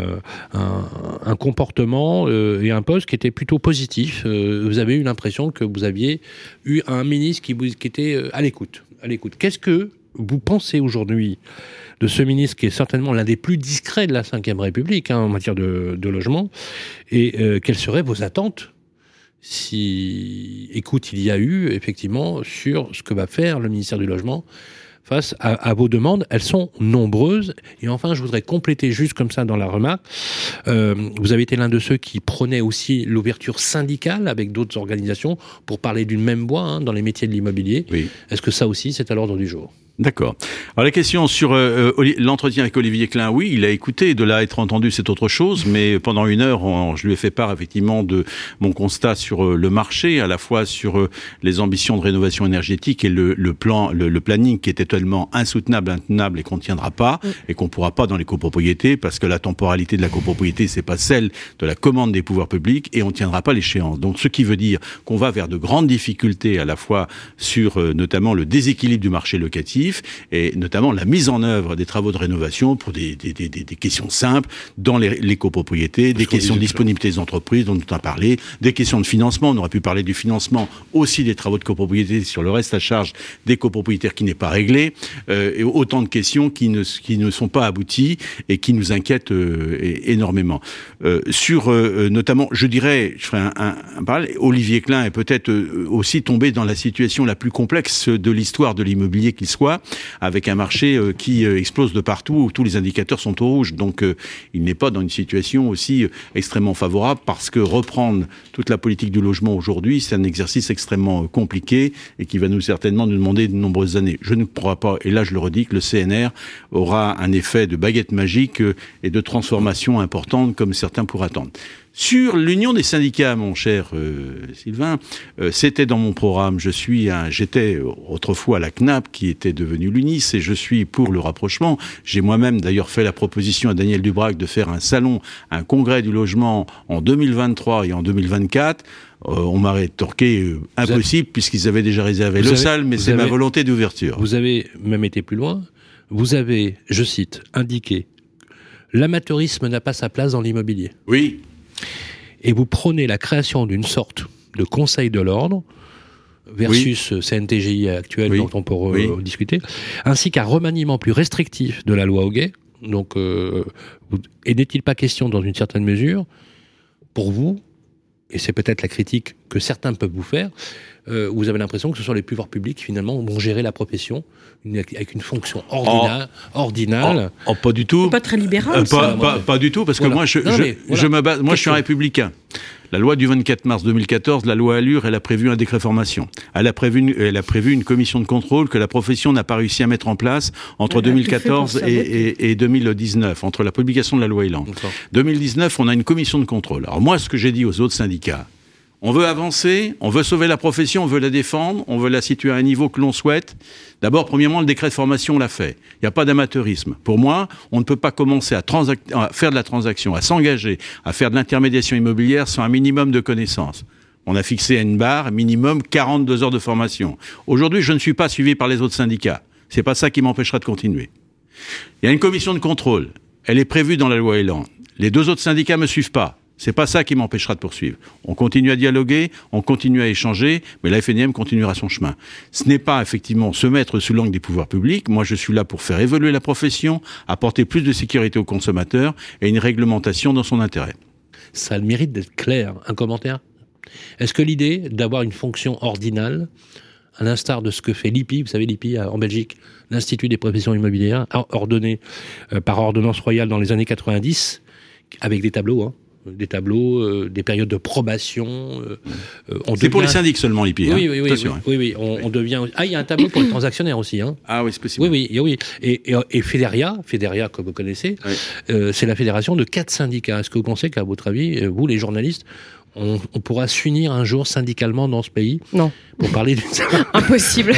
un, un comportement euh, et un poste qui était plutôt positif. Euh, vous avez eu l'impression que vous aviez eu un ministre qui, vous, qui était à l'écoute. À l'écoute. Qu'est-ce que vous pensez aujourd'hui de ce ministre qui est certainement l'un des plus discrets de la cinquième République hein, en matière de, de logement, et euh, quelles seraient vos attentes si écoute il y a eu effectivement sur ce que va faire le ministère du Logement face à, à vos demandes? Elles sont nombreuses. Et enfin, je voudrais compléter juste comme ça dans la remarque. Euh, vous avez été l'un de ceux qui prônaient aussi l'ouverture syndicale avec d'autres organisations pour parler d'une même voix hein, dans les métiers de l'immobilier. Oui. Est-ce que ça aussi, c'est à l'ordre du jour? D'accord. Alors la question sur euh, l'entretien avec Olivier Klein, oui, il a écouté, de là à être entendu, c'est autre chose, mais pendant une heure, on, je lui ai fait part effectivement de mon constat sur euh, le marché, à la fois sur euh, les ambitions de rénovation énergétique et le, le plan, le, le planning qui était tellement insoutenable, intenable et qu'on ne tiendra pas, mmh. et qu'on ne pourra pas dans les copropriétés, parce que la temporalité de la copropriété, c'est pas celle de la commande des pouvoirs publics, et on ne tiendra pas l'échéance. Donc ce qui veut dire qu'on va vers de grandes difficultés, à la fois sur euh, notamment le déséquilibre du marché locatif, et notamment la mise en œuvre des travaux de rénovation pour des, des, des, des questions simples dans les, les copropriétés, des questions de disponibilité des entreprises dont on a parlé, des questions de financement. On aurait pu parler du financement aussi des travaux de copropriété sur le reste à charge des copropriétaires qui n'est pas réglé, euh, et autant de questions qui ne, qui ne sont pas abouties et qui nous inquiètent euh, énormément. Euh, sur euh, notamment, je dirais, je ferai un, un, un parallèle, Olivier Klein est peut-être euh, aussi tombé dans la situation la plus complexe de l'histoire de l'immobilier qu'il soit, avec un marché euh, qui euh, explose de partout, où tous les indicateurs sont au rouge. Donc euh, il n'est pas dans une situation aussi euh, extrêmement favorable, parce que reprendre toute la politique du logement aujourd'hui, c'est un exercice extrêmement euh, compliqué et qui va nous certainement nous demander de nombreuses années. Je ne crois pas, et là je le redis, que le C N R aura un effet de baguette magique euh, et de transformation importante comme certains pourraient attendre. Sur l'union des syndicats, mon cher euh, Sylvain, euh, c'était dans mon programme. Je suis un, j'étais autrefois à la C N A P, qui était devenue l'U N I S, et je suis pour le rapprochement. J'ai moi-même d'ailleurs fait la proposition à Daniel Dubrac de faire un salon, un congrès du logement en deux mille vingt-trois et en deux mille vingt-quatre. Euh, on m'a rétorqué euh, impossible, avez... puisqu'ils avaient déjà réservé vous le avez... salle, mais vous c'est avez... ma volonté d'ouverture. Vous avez même été plus loin. Vous avez, je cite, indiqué « L'amateurisme n'a pas sa place dans l'immobilier ». Oui. Et vous prônez la création d'une sorte de conseil de l'ordre versus oui. C N T G I actuel oui. dont on peut oui. euh, discuter, ainsi qu'un remaniement plus restrictif de la loi Hoguet. Donc, euh, et n'est-il pas question, dans une certaine mesure, pour vous, et c'est peut-être la critique que certains peuvent vous faire, euh, vous avez l'impression que ce sont les pouvoirs publics qui finalement vont gérer la profession une, avec une fonction ordinale. Oh, ordinale. Oh, oh, pas du tout. C'est pas très libéral. Euh, ça, pas, pas, pas du tout, parce voilà. que moi, je, non, je, mais, voilà. je me base, moi, je suis un républicain. La loi du vingt-quatre mars deux mille quatorze, la loi Allure, elle a prévu un décret formation. Elle a prévu une, elle a prévu une commission de contrôle que la profession n'a pas réussi à mettre en place entre Elle deux mille quatorze et, et, et deux mille dix-neuf, entre la publication de la loi Elan. D'accord. deux mille dix-neuf, on a une commission de contrôle. Alors moi, ce que j'ai dit aux autres syndicats, on veut avancer, on veut sauver la profession, on veut la défendre, on veut la situer à un niveau que l'on souhaite. D'abord, premièrement, le décret de formation, on l'a fait. Il n'y a pas d'amateurisme. Pour moi, on ne peut pas commencer à, transac- à faire de la transaction, à s'engager, à faire de l'intermédiation immobilière sans un minimum de connaissances. On a fixé à une barre, minimum quarante-deux heures de formation. Aujourd'hui, je ne suis pas suivi par les autres syndicats. C'est pas ça qui m'empêchera de continuer. Il y a une commission de contrôle. Elle est prévue dans la loi Elan. Les deux autres syndicats me suivent pas. C'est pas ça qui m'empêchera de poursuivre. On continue à dialoguer, on continue à échanger, mais la F N I M continuera son chemin. Ce n'est pas effectivement se mettre sous l'angle des pouvoirs publics. Moi, je suis là pour faire évoluer la profession, apporter plus de sécurité aux consommateurs et une réglementation dans son intérêt. Ça a le mérite d'être clair. Un commentaire ? Est-ce que l'idée d'avoir une fonction ordinale, à l'instar de ce que fait l'I P I, vous savez l'I P I en Belgique, l'Institut des professions immobilières, ordonné euh, par ordonnance royale dans les années quatre-vingt-dix, avec des tableaux, hein, des tableaux, euh, des périodes de probation. Euh, euh, on C'est devient... pour les syndics seulement, l'I P I. Oui, hein. oui, oui, oui, hein. oui, oui, on, on devient. Ah, il y a un tableau pour les transactionnaires aussi, hein. Ah oui, c'est possible. Oui, oui, oui. Et, et, et Fédéria, Fédéria, comme vous connaissez, Oui. euh, c'est la fédération de quatre syndicats. Est-ce que vous pensez qu'à votre avis, vous, les journalistes, on, on pourra s'unir un jour syndicalement dans ce pays Non. pour parler d'une... Impossible.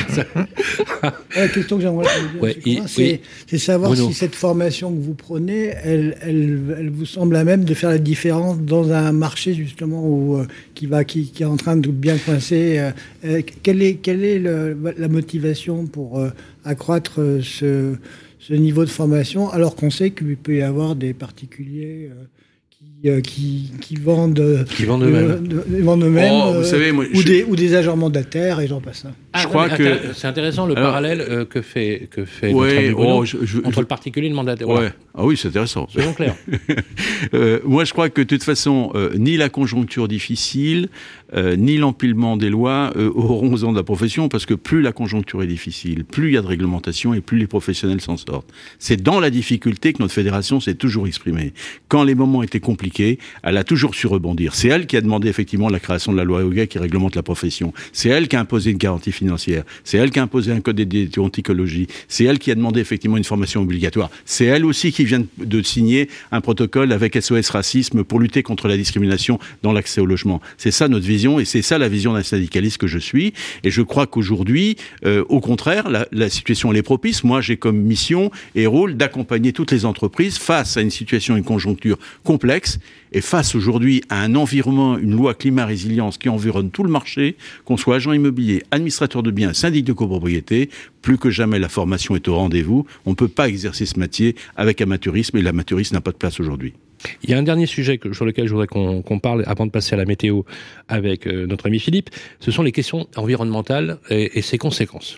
La question que j'aimerais poser, Ouais, c'est, il- c'est, oui. c'est savoir Bruno. si cette formation que vous prenez, elle, elle, elle vous semble à même de faire la différence dans un marché justement où, euh, qui, va, qui, qui est en train de bien coincer. Euh, euh, quelle est, quelle est le, la motivation pour euh, accroître euh, ce, ce niveau de formation, alors qu'on sait qu'il peut y avoir des particuliers euh, qui, euh, qui, qui vendent, Qui vendent eux-mêmes. euh, de- vendent eux-mêmes, Oh, vous euh, savez, moi, ou, je- des, ou des agents mandataires et j'en passe. Ah, Je non, crois mais que- intér- c'est intéressant le Alors- parallèle euh, que fait que fait Ouais, notre ami Bruno oh, je- je- entre je- le particulier et le mandataire. Ouais. Voilà. Ah oui, c'est intéressant. Soyons clairs. Euh, moi, je crois que de toute façon, euh, ni la conjoncture difficile, euh, ni l'empilement des lois euh, auront aux ans de la profession, parce que plus la conjoncture est difficile, plus il y a de réglementation et plus les professionnels s'en sortent. C'est dans la difficulté que notre fédération s'est toujours exprimée. Quand les moments étaient compliqués, elle a toujours su rebondir. C'est elle qui a demandé effectivement la création de la loi Hoguet qui réglemente la profession. C'est elle qui a imposé une garantie financière. C'est elle qui a imposé un code de déontologie. C'est elle qui a demandé effectivement une formation obligatoire. C'est elle aussi qui vient de signer un protocole avec S O S Racisme pour lutter contre la discrimination dans l'accès au logement. C'est ça notre vision et c'est ça la vision d'un syndicaliste que je suis. Et je crois qu'aujourd'hui, euh, au contraire, la, la situation elle est propice. Moi, j'ai comme mission et rôle d'accompagner toutes les entreprises face à une situation, une conjoncture complexe et face aujourd'hui à un environnement, une loi climat résilience qui environne tout le marché, qu'on soit agent immobilier, administrateur de biens, syndic de copropriété, plus que jamais la formation est au rendez-vous. On ne peut pas exercer ce métier avec amateurisme et l'amateurisme n'a pas de place aujourd'hui. Il y a un dernier sujet que, sur lequel je voudrais qu'on, qu'on parle avant de passer à la météo avec euh, notre ami Philippe. Ce sont les questions environnementales et, et ses conséquences.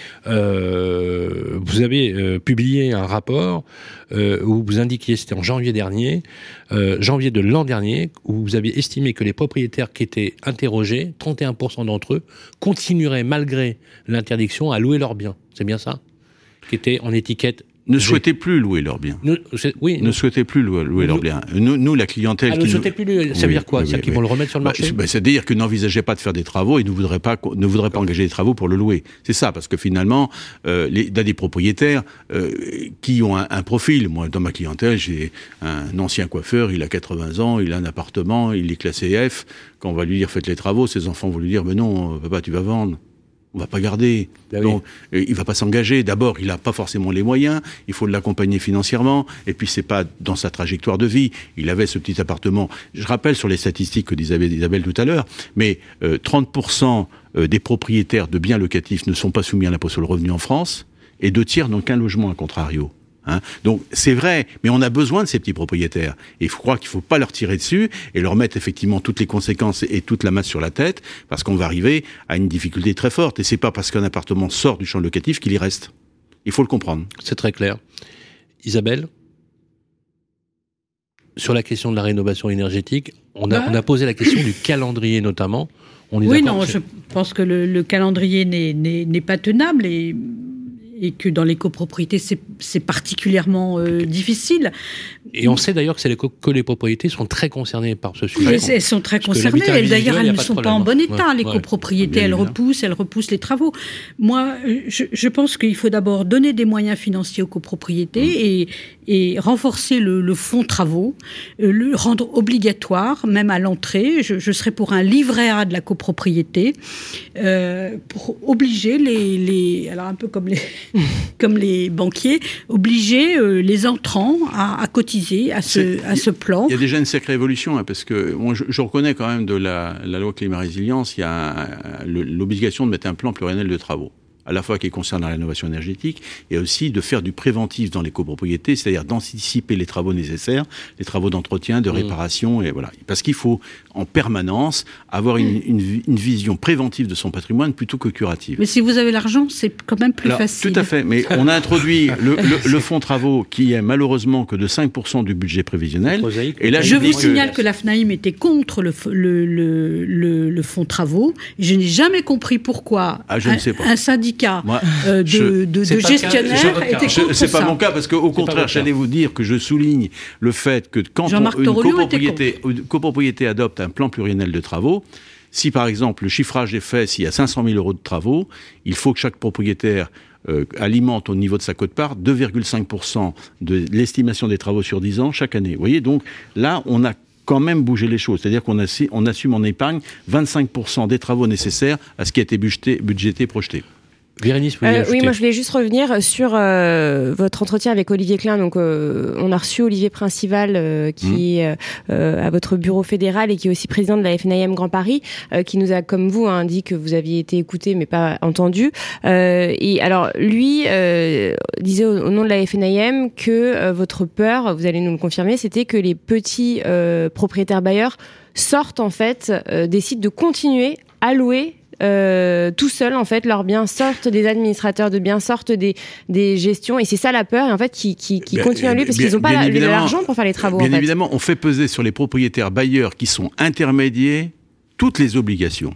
Euh, vous avez euh, publié un rapport euh, où vous indiquiez, c'était en janvier dernier, euh, janvier de l'an dernier, où vous aviez estimé que les propriétaires qui étaient interrogés, trente et un pour cent d'entre eux, continueraient malgré l'interdiction à louer leurs biens. C'est bien ça ? Qui était en étiquette Ne G. souhaitez plus louer leurs biens. Nous, c'est- oui, Ne souhaitez plus louer, louer Nous- leurs biens. Nous, nous, la clientèle ah, qui ne nous... souhaitez plus, le- ça veut Oui, dire quoi oui, C'est-à-dire oui, qu'ils oui. vont le remettre sur le Bah, marché c'est- bah, c'est-à-dire qu'ils n'envisageaient pas de faire des travaux et ne voudraient pas, ne voudraient pas engager des travaux pour le louer. C'est ça, parce que finalement, euh, les, il y a des propriétaires euh, qui ont un, un profil. Moi, dans ma clientèle, j'ai un ancien coiffeur, il a quatre-vingts ans, il a un appartement, il est classé F. Quand on va lui dire faites les travaux, ses enfants vont lui dire mais non, papa, tu vas vendre. On va pas garder. Ben oui. Donc, euh, il va pas s'engager. D'abord, il n'a pas forcément les moyens. Il faut l'accompagner financièrement. Et puis, c'est pas dans sa trajectoire de vie. Il avait ce petit appartement. Je rappelle sur les statistiques que disait Isabelle tout à l'heure, mais euh, trente pour cent des propriétaires de biens locatifs ne sont pas soumis à l'impôt sur le revenu en France, et deux tiers n'ont qu'un logement, à contrario. Hein. Donc c'est vrai, mais on a besoin de ces petits propriétaires. Et il faut croire qu'il ne faut pas leur tirer dessus et leur mettre effectivement toutes les conséquences et toute la masse sur la tête, parce qu'on va arriver à une difficulté très forte. Et c'est pas parce qu'un appartement sort du champ locatif qu'il y reste. Il faut le comprendre. C'est très clair. Isabelle ? sur la question de la rénovation énergétique, on a, bah. on a posé la question du calendrier notamment. On est oui, non, je pense que le, le calendrier n'est, n'est, n'est pas tenable et, et que dans les copropriétés, c'est, c'est particulièrement euh, difficile. Et on sait d'ailleurs que, c'est les co- que les propriétés sont très concernées par ce sujet. Elles, elles sont très Parce concernées. Elles, d'ailleurs, elles ne sont pas en bon état, ouais, les ouais. copropriétés. Elles repoussent, elles repoussent les travaux. Moi, je, je pense qu'il faut d'abord donner des moyens financiers aux copropriétés mmh. et, et renforcer le, le fonds travaux, le rendre obligatoire, même à l'entrée. Je, je serais pour un livret A de la copropriété, euh, pour obliger les, les... Alors, un peu comme les, comme les banquiers, obliger euh, les entrants à, à cotiser à ce, à ce plan. Il y a déjà une sacrée évolution, hein, parce que bon, je, je reconnais quand même de la, la loi climat-résilience, il y a un, le, l'obligation de mettre un plan pluriannuel de travaux, à la fois qui concerne la rénovation énergétique, et aussi de faire du préventif dans les copropriétés, c'est-à-dire d'anticiper les travaux nécessaires, les travaux d'entretien, de réparation, mmh. et voilà. Parce qu'il faut, en permanence, avoir une, une, une vision préventive de son patrimoine plutôt que curative. Mais si vous avez l'argent, c'est quand même plus Alors, facile. Tout à fait, mais on a introduit le, le, le fonds travaux qui est malheureusement que de cinq pour cent du budget prévisionnel. Et là, je, je vous que... signale que la FNAIM était contre le, le, le, le, le fonds travaux. Je n'ai jamais compris pourquoi ah, je un, ne sais pas. un syndicat Moi, euh, de, je, de, de gestionnaires était contre C'est ça. pas mon cas, parce qu'au contraire, j'allais vous dire que je souligne le fait que quand on, une, copropriété, une copropriété adopte un plan pluriannuel de travaux, si par exemple le chiffrage est fait, s'il y a cinq cent mille euros de travaux, il faut que chaque propriétaire euh, alimente au niveau de sa quote-part deux virgule cinq pour cent de l'estimation des travaux sur dix ans chaque année. Vous voyez, donc là, on a quand même bouger les choses. C'est-à-dire qu'on assume, on assume en épargne vingt-cinq pour cent des travaux nécessaires à ce qui a été budgété, budgété projeté. Bérénice, euh, oui, moi je voulais juste revenir sur euh, votre entretien avec Olivier Klein. Donc, euh, on a reçu Olivier Principal, euh, qui est euh, à votre bureau fédéral et qui est aussi président de la F N I M Grand Paris, euh, qui nous a, comme vous, hein, dit que vous aviez été écouté mais pas entendu. Euh, et alors, lui euh, disait au, au nom de la F N I M que euh, votre peur, vous allez nous le confirmer, c'était que les petits euh, propriétaires bailleurs sortent en fait, euh, décident de continuer à louer. Euh, tout seul en fait leurs biens, sortent des administrateurs de biens, sortent des, des gestions, et c'est ça la peur, et en fait qui, qui, qui continue à lui parce bien, qu'ils n'ont pas la, l'argent pour faire les travaux. Bien en fait. Évidemment, on fait peser sur les propriétaires bailleurs qui sont intermédiaires toutes les obligations.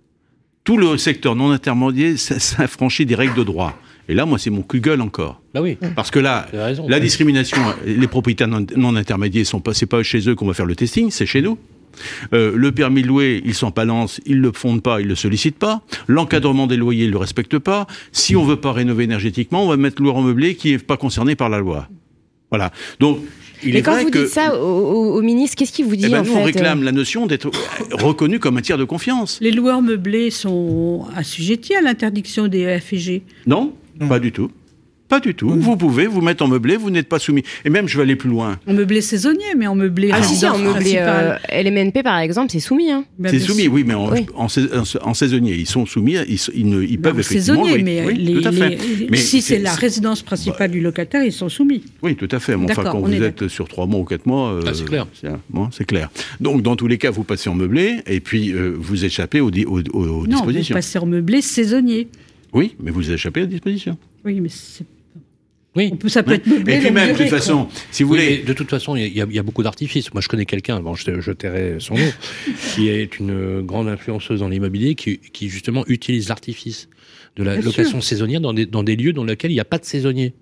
Tout le secteur non intermédiaire s'affranchit des règles de droit. Et là, moi, c'est mon cul de gueule encore. Bah oui. Parce que là, raison, la discrimination, les propriétaires non, non intermédiaires, sont pas, c'est pas chez eux qu'on va faire le testing, c'est chez nous. Euh, le permis de louer, ils s'en balancent, ils le fondent pas, ils le sollicitent pas. L'encadrement des loyers, ils le respectent pas. Si on veut pas rénover énergétiquement, on va mettre le loueur en meublé qui est pas concerné par la loi. Voilà. Donc, il Et est quand vrai vous que, dites ça au, au, au ministre, qu'est-ce qu'il vous dit eh ben, en nous, fait on réclame la notion d'être reconnu comme un tiers de confiance. Les loueurs meublés sont assujettis à l'interdiction des F G. Non, non, pas du tout. Pas du tout. Mmh. Vous pouvez vous mettre en meublé, vous n'êtes pas soumis. Et même, je vais aller plus loin. En meublé saisonnier, mais en meublé ah, résidence si, en meublé euh, L M N P, par exemple, c'est soumis. Hein. Ben, c'est soumis, oui, mais en, oui. En, en, en saisonnier, ils sont soumis, ils, ils, ne, ils peuvent non, effectivement... Saisonnier, oui, mais, oui, les, tout à fait. Les, mais si c'est, c'est la résidence principale bah, du locataire, ils sont soumis. Oui, tout à fait. Mais enfin, quand vous êtes d'accord. Sur trois mois ou quatre mois... Euh, ah, c'est clair. C'est, bon, c'est clair. Donc, dans tous les cas, vous passez en meublé, et puis euh, vous échappez aux, aux, aux, aux non, dispositions. Non, vous passez en meublé saisonnier. Oui, mais vous échappez aux dispositions. Oui, mais c'est... Oui. On peut, ça peut ouais. être meublé. Et puis même, de toute façon, si vous oui, voulez... De toute façon, il y, y, y a beaucoup d'artifices. Moi, je connais quelqu'un, bon, je, je tairai son nom, qui est une grande influenceuse dans l'immobilier, qui, qui justement utilise l'artifice de la Bien location sûr. saisonnière dans des, dans des lieux dans lesquels il n'y a pas de saisonniers.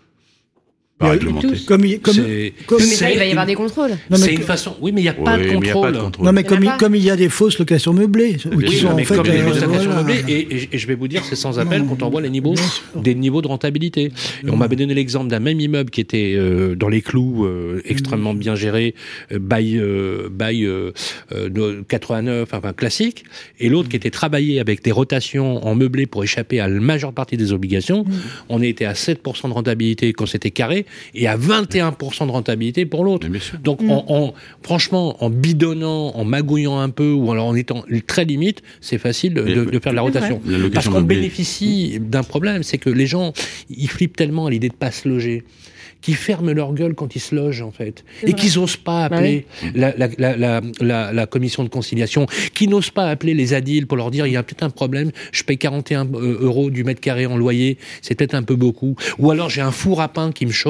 Comme il, comme, comme mais ça, il va y avoir des contrôles. Non, mais c'est que... une façon. Oui, mais il n'y a, oui, a, a pas de contrôle. Non, mais comme il, comme il y a des fausses locations meublées. Oui, qui sont mais en fait, comme euh, des fausses locations voilà. meublées, et, et, et je vais vous dire, c'est sans appel quand on voit les niveaux, des niveaux de rentabilité. Et on m'avait donné l'exemple d'un même immeuble qui était euh, dans les clous, euh, extrêmement bien géré, euh, bail, euh, bail euh, de quatre-vingt-neuf, enfin classique, et l'autre qui était travaillé avec des rotations en meublé pour échapper à la majeure partie des obligations. On était à sept pour cent de rentabilité quand c'était carré, et à vingt et un pour cent de rentabilité pour l'autre. Donc, mmh. en, en, franchement, en bidonnant, en magouillant un peu, ou alors en étant très limite, c'est facile de, de, de faire de la rotation. La Parce qu'on meublée. bénéficie d'un problème, c'est que les gens, ils flippent tellement à l'idée de ne pas se loger, qui ferment leur gueule quand ils se logent, en fait. C'est et vrai. Qu'ils n'osent pas appeler bah oui. la, la, la, la, la, la commission de conciliation, qui n'osent pas appeler les A D I L pour leur dire il y a peut-être un problème, je paye quarante et un euros du mètre carré en loyer, c'est peut-être un peu beaucoup. Ou alors j'ai un four à pain qui me chauffe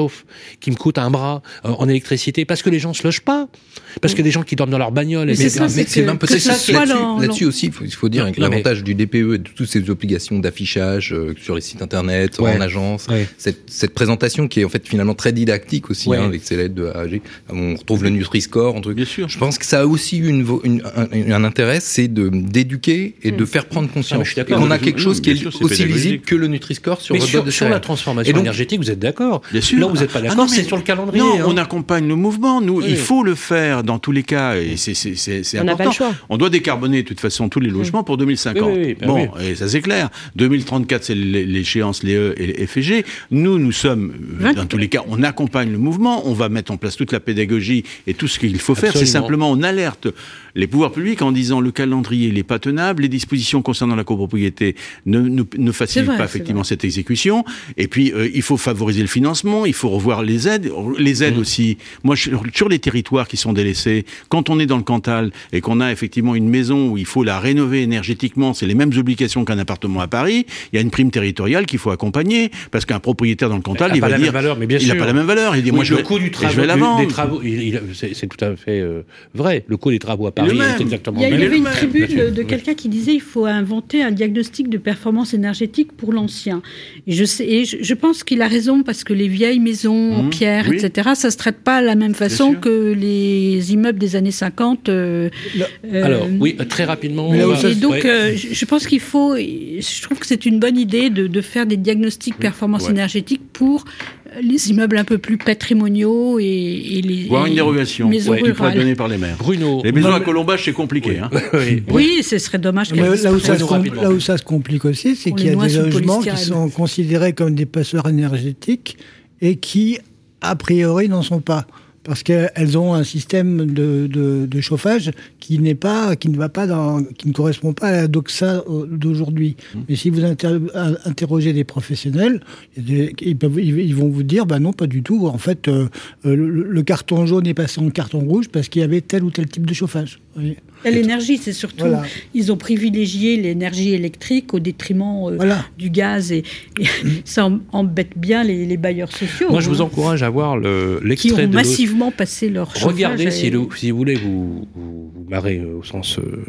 chauffe, qui me coûte un bras euh, en électricité, parce que les gens se logent pas, parce que des gens qui dorment dans leur bagnole. Mais, et c'est, ça, c'est, c'est même peut-être ça. Là-dessus, dans, là-dessus aussi, il faut, faut dire que l'avantage mais... du D P E et de toutes ces obligations d'affichage euh, sur les sites internet, ouais. en agence, ouais. cette, cette présentation qui est en fait finalement très didactique aussi, ouais. hein, avec ces lettres de A G. On retrouve le Nutri-Score, un truc. Bien sûr. Je pense que ça a aussi eu une, une, un, un intérêt, c'est de d'éduquer et mmh. de faire prendre conscience ah, et qu'on a quelque chose qui est, sûr, aussi lisible que le Nutri-Score sur votre boîte de sur la transformation donc, énergétique, vous êtes d'accord? Bien sûr. Là, vous n'êtes pas d'accord, ah non, c'est sur le calendrier. Non, hein. on accompagne le mouvement. Nous, oui. il faut le faire dans tous les cas, et c'est, c'est, c'est, c'est on important. N'a pas le choix. On doit décarboner de toute façon tous les logements oui. pour deux mille cinquante. Oui, oui, oui, bon, oui. et ça c'est clair. deux mille trente-quatre, c'est l'échéance, les E et les F et G. Nous, nous sommes, ouais. dans tous les cas, on accompagne le mouvement. On va mettre en place toute la pédagogie et tout ce qu'il faut faire. Absolument. C'est simplement, on alerte les pouvoirs publics en disant le calendrier n'est pas tenable, les dispositions concernant la copropriété ne, ne, ne facilitent vrai, pas effectivement cette exécution. Et puis, euh, il faut favoriser le financement, il faut revoir les aides. Les aides mmh. aussi. Moi, je, sur les territoires qui sont délaissés, quand on est dans le Cantal et qu'on a effectivement une maison où il faut la rénover énergétiquement, c'est les mêmes obligations qu'un appartement à Paris, il y a une prime territoriale qu'il faut accompagner, parce qu'un propriétaire dans le Cantal, il, il va dire... Valeur, mais bien il n'a pas la même valeur. Il dit, oui, moi, je le vais, coût du travaux, je vais la vendre. Des travaux, il, il, c'est, c'est tout à fait euh, vrai. Le coût des travaux à Paris est exactement le même. Il y avait une même. tribune de quelqu'un qui disait il faut inventer un diagnostic de performance énergétique pour l'ancien. Et je, sais, et je, je pense qu'il a raison, parce que les vieilles maisons en mmh, pierre, oui. et cetera, ça ne se traite pas de la même façon que les immeubles des années cinquante. Euh, euh, Alors, oui, très rapidement. Et, va... et donc, ouais. euh, je, je pense qu'il faut... Je trouve que c'est une bonne idée de, de faire des diagnostics mmh, performance ouais. énergétique pour les immeubles un peu plus patrimoniaux et, et les voire une dérogation maisons ouais, rurales. Qui pourrait être donnée par les maires. Bruno, les maisons non, à Colombage, c'est compliqué. Hein. oui, oui, ce serait dommage. Mais là, où ça se compl- là où ça se complique aussi, c'est qu'il y a des logements qui sont considérés comme des passoires énergétiques et qui, a priori, n'en sont pas. Parce qu'elles ont un système de, de, de chauffage qui n'est pas, qui ne va pas dans, qui ne correspond pas à la doxa d'aujourd'hui. Mmh. Mais si vous inter, interrogez des professionnels, des, ils, peuvent, ils vont vous dire, bah non, pas du tout. En fait, euh, le, le carton jaune est passé en carton rouge parce qu'il y avait tel ou tel type de chauffage. Oui. L'énergie, c'est surtout, voilà. Ils ont privilégié l'énergie électrique au détriment euh, voilà. du gaz, et, et ça embête bien les, les bailleurs sociaux. Moi, je vous encourage à voir le, l'extrait qui ont de massivement l'autre... passé leur chauffage. Regardez, et... si, le, si vous voulez vous, vous, vous marrer au sens euh,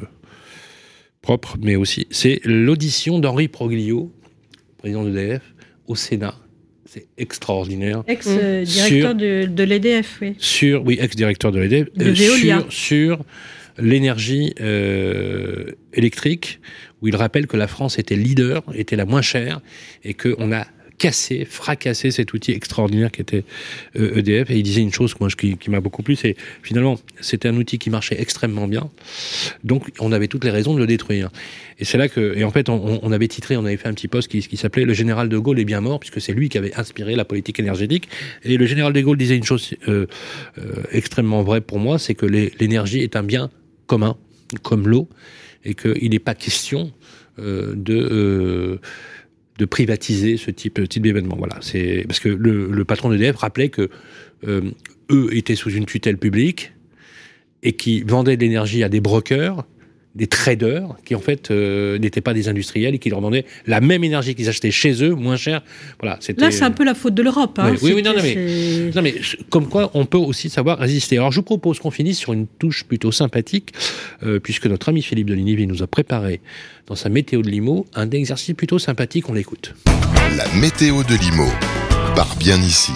propre, mais aussi, c'est l'audition d'Henri Proglio, président d'E D F, au Sénat. C'est extraordinaire. Ex-directeur de, de l'E D F, oui. Sur, oui, ex-directeur de l'E D F. De euh, Veolia. Sur... sur l'énergie euh, électrique, où il rappelle que la France était leader, était la moins chère, et qu'on a cassé, fracassé cet outil extraordinaire qui était euh, E D F. Et il disait une chose moi, qui, qui m'a beaucoup plu, c'est finalement, c'était un outil qui marchait extrêmement bien, donc on avait toutes les raisons de le détruire. Et c'est là que, et en fait, on, on avait titré, on avait fait un petit post qui, qui s'appelait « Le général de Gaulle est bien mort », puisque c'est lui qui avait inspiré la politique énergétique. Et le général de Gaulle disait une chose euh, euh, extrêmement vraie pour moi, c'est que les, l'énergie est un bien commun, comme l'eau, et qu'il n'est pas question euh, de... Euh, de privatiser ce type, type d'événement. Voilà, c'est parce que le, le patron d'E D F rappelait que euh, eux étaient sous une tutelle publique et qui vendaient de l'énergie à des brokers, des traders, qui en fait euh, n'étaient pas des industriels et qui leur vendaient la même énergie qu'ils achetaient chez eux, moins cher. Voilà, c'était... Là, c'est un peu la faute de l'Europe. Hein, oui, oui, oui, non, non, mais, non, mais comme quoi on peut aussi savoir résister. Alors, je vous propose qu'on finisse sur une touche plutôt sympathique, euh, puisque notre ami Philippe de Ligny nous a préparé dans sa météo de Limo un exercice plutôt sympathique. On l'écoute. La météo de Limo, par Bien Ici.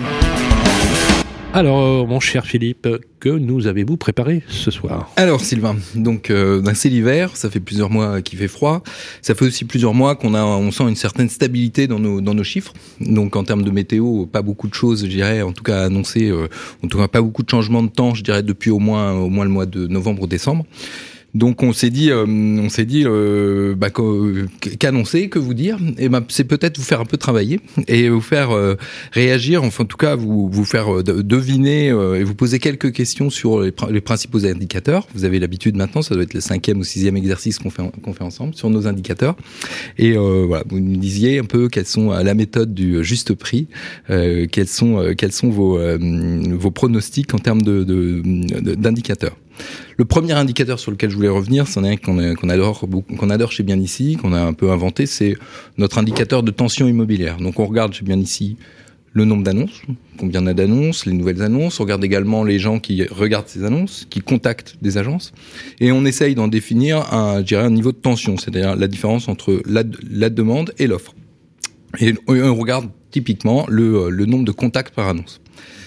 Alors, mon cher Philippe, que nous avez-vous préparé ce soir ? Alors, Sylvain, donc euh, c'est l'hiver, ça fait plusieurs mois qu'il fait froid, ça fait aussi plusieurs mois qu'on a, on sent une certaine stabilité dans nos dans nos chiffres. Donc, en termes de météo, pas beaucoup de choses, je dirais, en tout cas annoncées, euh, en tout cas pas beaucoup de changements de temps, je dirais, depuis au moins au moins le mois de novembre ou décembre. Donc on s'est dit, euh, on s'est dit, euh, bah, qu'annoncer, que vous dire, et bah, c'est peut-être vous faire un peu travailler et vous faire euh, réagir, enfin en tout cas vous vous faire deviner euh, et vous poser quelques questions sur les, les principaux indicateurs. Vous avez l'habitude maintenant, ça doit être le cinquième ou sixième exercice qu'on fait qu'on fait ensemble sur nos indicateurs. Et euh, voilà, vous nous disiez un peu quelles sont la méthode du juste prix, euh, quels sont euh, quels sont vos euh, vos pronostics en termes de, de, de d'indicateurs. Le premier indicateur sur lequel je voulais revenir, c'en est un qu'on, qu'on adore beaucoup, qu'on adore chez Bien Ici, qu'on a un peu inventé, c'est notre indicateur de tension immobilière. Donc on regarde chez Bien Ici le nombre d'annonces, combien on a d'annonces, les nouvelles annonces. On regarde également les gens qui regardent ces annonces, qui contactent des agences. Et on essaye d'en définir un, je dirais, un niveau de tension, c'est-à-dire la différence entre la, la demande et l'offre. Et on regarde typiquement le, le nombre de contacts par annonce.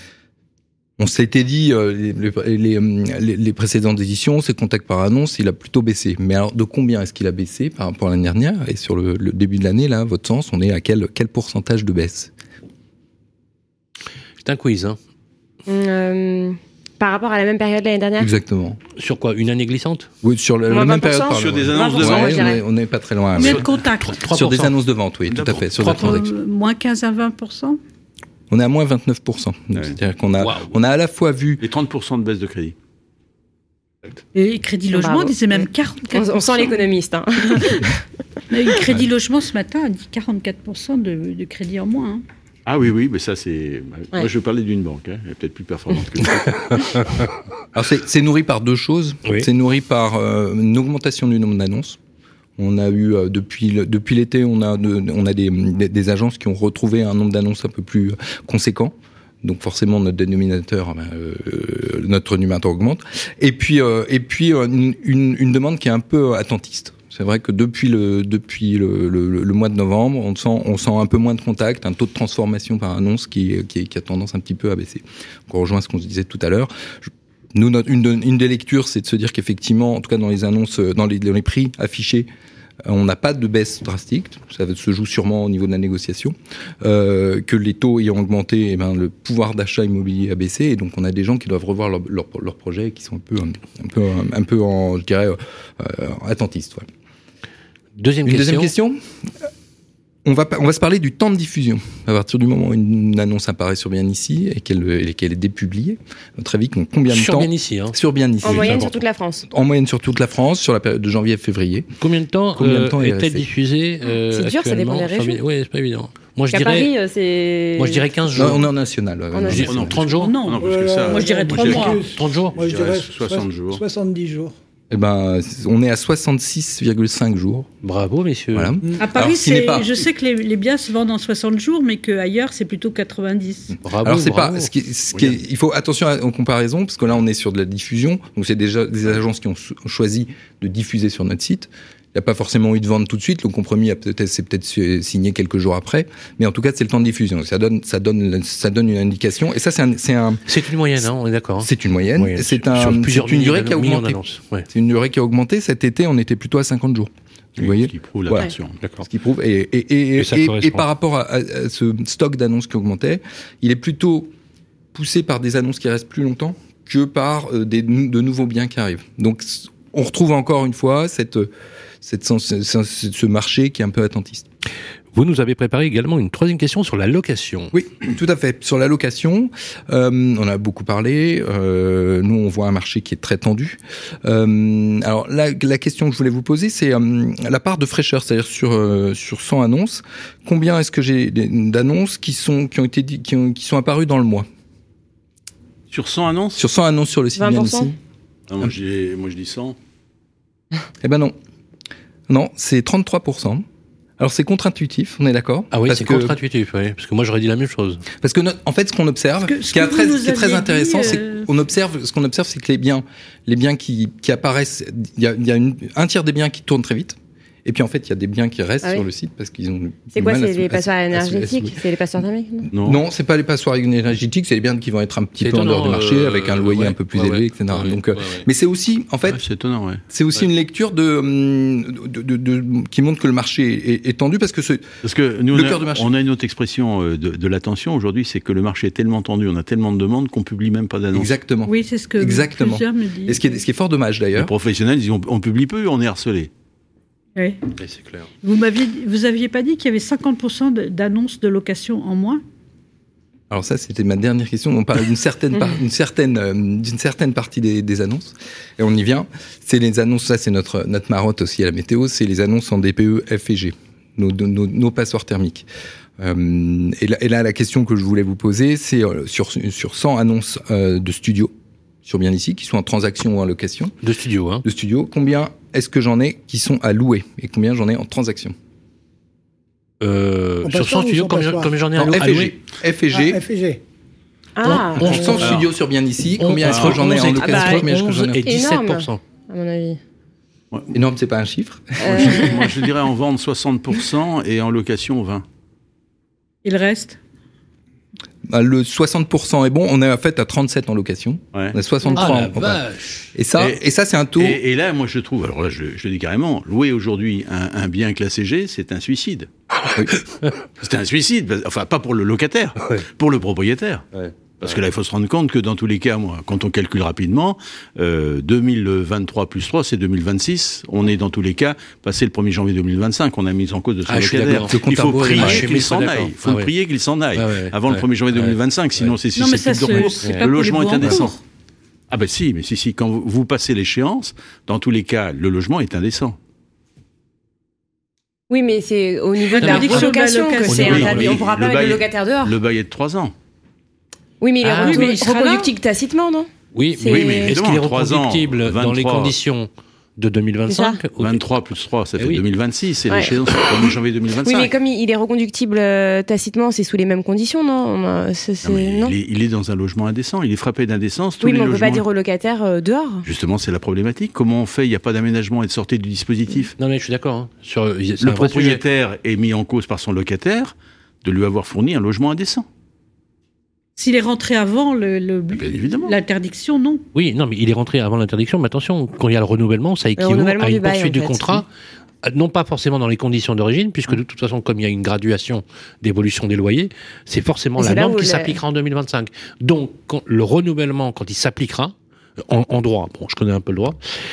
On s'était dit, euh, les, les, les, les précédentes éditions, ces contacts par annonce, il a plutôt baissé. Mais alors, de combien est-ce qu'il a baissé par rapport à l'année dernière? Et sur le, le début de l'année, là, à votre sens, on est à quel, quel pourcentage de baisse? C'est un quiz, hein. Euh, par rapport à la même période l'année dernière. Exactement. Sur quoi? Une année glissante? Oui, sur la, la même période. Sur des annonces de vente. Ouais, on n'est pas très loin. Combien de contacts? Sur des annonces de vente, oui, tout à fait. Sur des transactions. Euh, moins quinze à vingt pour cent. On est à moins vingt-neuf pour cent. Ouais. C'est-à-dire qu'on a, Wow. on a à la fois vu... Et trente pour cent de baisse de crédit. Et Crédit Logement Bravo. disait même Ouais. quarante-quatre pour cent. On, on sent l'économiste. Hein. Mais Crédit Logement ce matin a dit quarante-quatre pour cent de, de crédit en moins. Hein. Ah oui, oui, mais ça c'est... Ouais. Moi je parlais d'une banque, hein. Elle est peut-être plus performante que nous. Alors c'est, c'est nourri par deux choses. Oui. C'est nourri par euh, une augmentation du nombre d'annonces. On a eu, euh, depuis, le, depuis l'été, on a, de, on a des, des, des agences qui ont retrouvé un nombre d'annonces un peu plus conséquent. Donc forcément, notre dénominateur, euh, notre numérateur augmente. Et puis, euh, et puis euh, une, une, une demande qui est un peu attentiste. C'est vrai que depuis le depuis le, le, le mois de novembre, on sent on sent un peu moins de contact, un taux de transformation par annonce qui qui, qui a tendance un petit peu à baisser. Donc on rejoint ce qu'on se disait tout à l'heure. Je, nous, notre, une, de, une des lectures, c'est de se dire qu'effectivement, en tout cas dans les annonces, dans les, dans les prix affichés, on n'a pas de baisse drastique, ça se joue sûrement au niveau de la négociation, euh, que les taux ayant augmenté, eh ben, le pouvoir d'achat immobilier a baissé, et donc on a des gens qui doivent revoir leurs leur, leur projets et qui sont un peu, un peu, un peu en, je dirais, euh, attentistes. Ouais. Deuxième Une question. deuxième question. On va, on va se parler du temps de diffusion. À partir du moment où une annonce apparaît sur Bien Ici et qu'elle, et qu'elle est dépubliée, à votre avis, combien de Sur temps Bien Ici, hein. Sur Bien Ici. En Oui, moyenne c'est sur important. toute la France. En moyenne sur toute la France, sur la période de janvier à février. Combien de temps, Combien de euh, temps est est-elle resté diffusée euh, C'est dur, ça dépend des actuellement régions. Oui, c'est pas évident. Moi je Qu'à dirais, Paris, euh, c'est. moi je dirais quinze jours. Non, on est en national. ouais. En national. Je- non, trente jours. Non, Non, plus que ça. Moi, je dirais trois mois. trente jours. Moi, je Je dirais dirais soixante jours. soixante-dix jours. Eh ben, on est à soixante-six virgule cinq jours. Bravo, messieurs. Voilà. À Paris, Alors, ce qui n'est c'est, pas- je sais que les, les biens se vendent en soixante jours, mais qu'ailleurs, c'est plutôt quatre-vingt-dix. Bravo. Alors c'est bravo. pas ce qui, est- ce qui est- il faut attention à- aux comparaisons parce que là on est sur de la diffusion, donc c'est déjà des agences qui ont so- choisi de diffuser sur notre site. Il n'y a pas forcément eu de vente tout de suite, le compromis a peut-être c'est peut-être signé quelques jours après, mais en tout cas c'est le temps de diffusion. Ça donne ça donne ça donne une indication et ça c'est un c'est un C'est une moyenne, hein, on est d'accord. hein. c'est une moyenne, Moyenne. c'est Sur un plusieurs c'est une durée milliers qui a d'annon- millions augmenté. d'annonces. Ouais. C'est une durée qui a augmenté. Cet été on était plutôt à cinquante jours. Vous Oui, voyez. Ce qui prouve la Voilà. tension. D'accord. Ce qui prouve, et, et, et, Et ça et- correspond. et par rapport à, à- à ce stock d'annonces qui augmentait, il est plutôt poussé par des annonces qui restent plus longtemps que par euh, des, de nouveaux biens qui arrivent. Donc, c- on retrouve encore une fois cette, cette, sens- ce, ce- ce marché qui est un peu attentiste. Vous nous avez préparé également une troisième question sur la location. Oui, tout à fait. Sur la location, euh, on a beaucoup parlé. Euh, nous, on voit un marché qui est très tendu. Euh, alors, la, la question que je voulais vous poser, c'est euh, la part de fraîcheur, c'est-à-dire sur euh, sur cent annonces, combien est-ce que j'ai d'annonces qui sont qui ont été dit- qui, ont, qui sont apparues dans le mois? Sur cent annonces Sur cent annonces sur le site vingt Bien pour cent. Ici. Ah, moi, j'ai- moi je dis cent. Eh ben non, non, c'est trente-trois pour cent. Alors c'est contre-intuitif, on est d'accord? Ah oui, Parce c'est que- contre-intuitif, oui, parce que moi j'aurais dit la même chose. Parce que, notre- en fait, ce qu'on observe, Parce que- ce ce qui est que très, vous ce qui est nous très aviez intéressant, dit, c'est euh, qu'on observe, ce qu'on observe, c'est que les biens, les biens qui, qui apparaissent, il y a, il y a une, un tiers des biens qui tournent très vite. Et puis en fait, il y a des biens qui restent Ah oui. sur le site parce qu'ils ont. C'est du quoi, mal à c'est se- les à se- passoires à se- à se- énergétiques? C'est les passoires thermiques? non Non. Non, c'est pas les passoires énergétiques, c'est les biens qui vont être un petit C'est peu en dehors du étonnant, marché, euh, avec un loyer ouais, un peu plus ouais, élevé, ouais. et cetera. Ouais, Donc, ouais, euh, ouais. mais c'est aussi, en fait, Ouais, c'est étonnant, ouais. c'est aussi Ouais. une lecture de, hum, de, de, de- qui montre que le marché est, est tendu parce que ce, Parce que nous, Le on, cœur a, du marché. on a une autre expression euh, de, de l'attention aujourd'hui, c'est que le marché est tellement tendu, on a tellement de demandes qu'on publie même pas d'annonces. exactement. Oui, c'est ce que Exactement. plusieurs me disent. Et ce qui est, ce qui est fort dommage Les d'ailleurs. professionnels disent on, on publie peu, on est harcelé. Oui. Oui, c'est clair. Vous m'aviez, vous aviez pas dit qu'il y avait cinquante pour cent de- d'annonces de location en moins? Alors ça, c'était ma dernière question. On parle d'une certaine, par- une certaine, euh, d'une certaine partie des, des annonces, et on y vient. C'est les annonces. Ça, c'est notre notre marotte aussi à la météo. C'est les annonces en D P E, F et G, nos nos, nos passoires thermiques. Euh, et, là, et là, la question que je voulais vous poser, c'est euh, sur sur cent annonces euh, de studio sur Bien Ici, qui sont en transaction ou en location De studio, hein. de studio, combien est-ce que j'en ai qui sont à louer et combien j'en ai en transaction? euh, Sur cent studios, combien, combien j'en ai non, alloué F et G. Ah, F et G. Ah, on cent studios sur bien ici. Combien est-ce que j'en ai en location? bah, Combien est-ce que j'en ai et dix-sept pour cent. À mon avis. Ouais. Énorme, c'est pas un chiffre. Euh... Moi, je, moi, je dirais en vente soixante pour cent et en location vingt pour cent. Il reste Le soixante pour cent est bon. On est en fait à trente-sept en location. Ouais. On a soixante-trois ah, en vache. Et ça, et, et ça, c'est un taux. Et, et là, moi, je trouve, alors là, je, je le dis carrément, louer aujourd'hui un, un bien classé G, c'est un suicide. Oui. C'est un suicide. Enfin, pas pour le locataire, ouais. Pour le propriétaire. Ouais. Parce que là, il faut se rendre compte que dans tous les cas, moi, quand on calcule rapidement, euh, deux mille vingt-trois plus trois, c'est deux mille vingt-six. On est dans tous les cas passé le premier janvier deux mille vingt-cinq. On a mis en cause de son ah, locataire. Il faut prier qu'il s'en aille. Il faut ah, prier ouais. qu'il s'en aille ah, ouais. avant ouais. le premier janvier deux mille vingt-cinq. Sinon, ouais. c'est susceptible de remonter. Le logement est indécent. Ah ben si, mais si, si. Quand vous, vous passez l'échéance, dans tous les cas, le logement est indécent. Oui, mais c'est au niveau de la relocation que c'est interdit. On ne pourra pas mettre le locataire dehors. Le bail est de trois ans. Oui, mais il est ah, oui, reconductible tacitement, non? Oui, c'est... oui, mais est-ce qu'il est reconductible ans, dans les conditions de deux mille vingt-cinq? vingt-trois plus trois, ça fait oui. deux mille vingt-six, c'est ouais. l'échéance du premier janvier deux mille vingt-cinq. Oui, mais comme il est reconductible tacitement, c'est sous les mêmes conditions, non, c'est, c'est... non, mais non il, est, il est dans un logement indécent, il est frappé d'indécence. Tous oui, les mais on ne logements... peut pas dire au locataire euh, dehors. Justement, c'est la problématique. Comment on fait? Il n'y a pas d'aménagement et de sortie du dispositif. Non, mais je suis d'accord. Hein. Sur, le propriétaire est mis en cause par son locataire de lui avoir fourni un logement indécent. S'il est rentré avant le, le, l'interdiction, non. Oui, non, mais il est rentré avant l'interdiction, mais attention, quand il y a le renouvellement, ça équivaut renouvellement à une du bail, poursuite du en fait. contrat, non pas forcément dans les conditions d'origine, puisque de toute façon, comme il y a une graduation d'évolution des loyers, c'est forcément la norme qui la... s'appliquera en deux mille vingt-cinq. Donc, quand, le renouvellement, quand il s'appliquera, en, en droit, bon, je connais un peu le droit,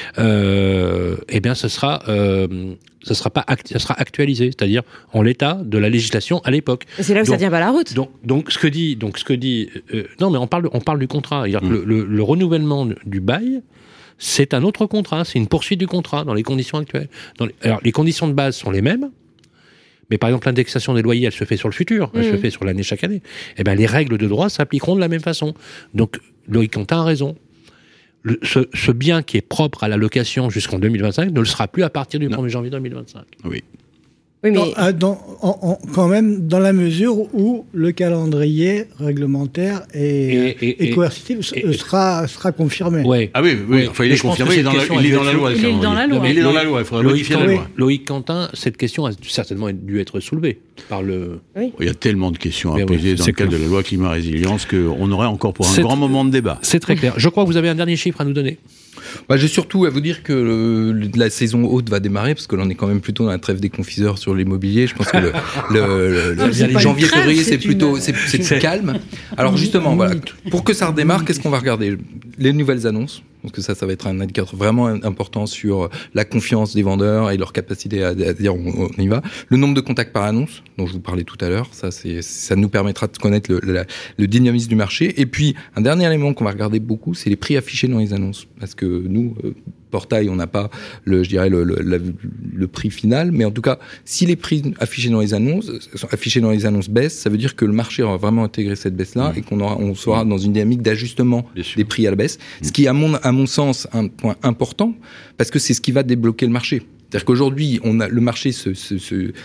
euh, eh bien, ce sera... Euh, ça sera pas act- ça sera actualisé, c'est-à-dire en l'état de la législation à l'époque. Et c'est là où donc, ça tient pas la route. Donc, donc ce que dit, donc ce que dit, euh, non mais on parle, on parle du contrat. C'est-à-dire mmh. que le, le, le renouvellement du bail, c'est un autre contrat, c'est une poursuite du contrat dans les conditions actuelles. Dans les, alors les conditions de base sont les mêmes, mais par exemple l'indexation des loyers, elle se fait sur le futur, elle mmh. se fait sur l'année chaque année. Et ben les règles de droit s'appliqueront de la même façon. Donc Loïc Quentin a raison. Le, ce, ce bien qui est propre à la location jusqu'en deux mille vingt-cinq ne le sera plus à partir du non. premier janvier deux mille vingt-cinq. Oui. Oui, mais... dans, dans, en, en, quand même, dans la mesure où le calendrier réglementaire et, et, et, et coercitif et, sera, sera confirmé. Ouais. Ah oui, oui. Enfin, il est confirmé, il est dans la, il est dans la loi. Il est dans la loi. Il est dans la loi, il faudra modifier la loi. Loïc Quentin, cette question a certainement dû être soulevée par le... Oui. Il y a tellement de questions à mais poser oui, dans le cadre de la loi climat-résilience qu'on aurait encore pour un c'est grand moment de débat. C'est très clair. Je crois que vous avez un dernier chiffre à nous donner. Bah, j'ai surtout à vous dire que le, la saison haute va démarrer, parce que l'on est quand même plutôt dans la trêve des confiseurs sur l'immobilier. Je pense que le, le, le, le, non, le janvier-février, c'est, c'est plutôt une... c'est, c'est plus calme. Alors justement, voilà, pour que ça redémarre, qu'est-ce qu'on va regarder? Les nouvelles annonces. Parce que ça, ça va être un indicateur vraiment important sur la confiance des vendeurs et leur capacité à, à dire on, on y va. Le nombre de contacts par annonce, dont je vous parlais tout à l'heure, ça, c'est, ça nous permettra de connaître le, le, le dynamisme du marché. Et puis, un dernier élément qu'on va regarder beaucoup, c'est les prix affichés dans les annonces. Parce que nous, euh, Portail, on n'a pas, le, je dirais, le, le, le, le prix final. Mais en tout cas, si les prix affichés dans les annonces, affichés dans les annonces baissent, ça veut dire que le marché aura vraiment intégré cette baisse-là mmh. et qu'on aura, on sera mmh. dans une dynamique d'ajustement des prix à la baisse. Mmh. Ce qui, à mon, à mon sens, un point important, parce que c'est ce qui va débloquer le marché. C'est-à-dire qu'aujourd'hui, on a, le marché se, se, se, euh,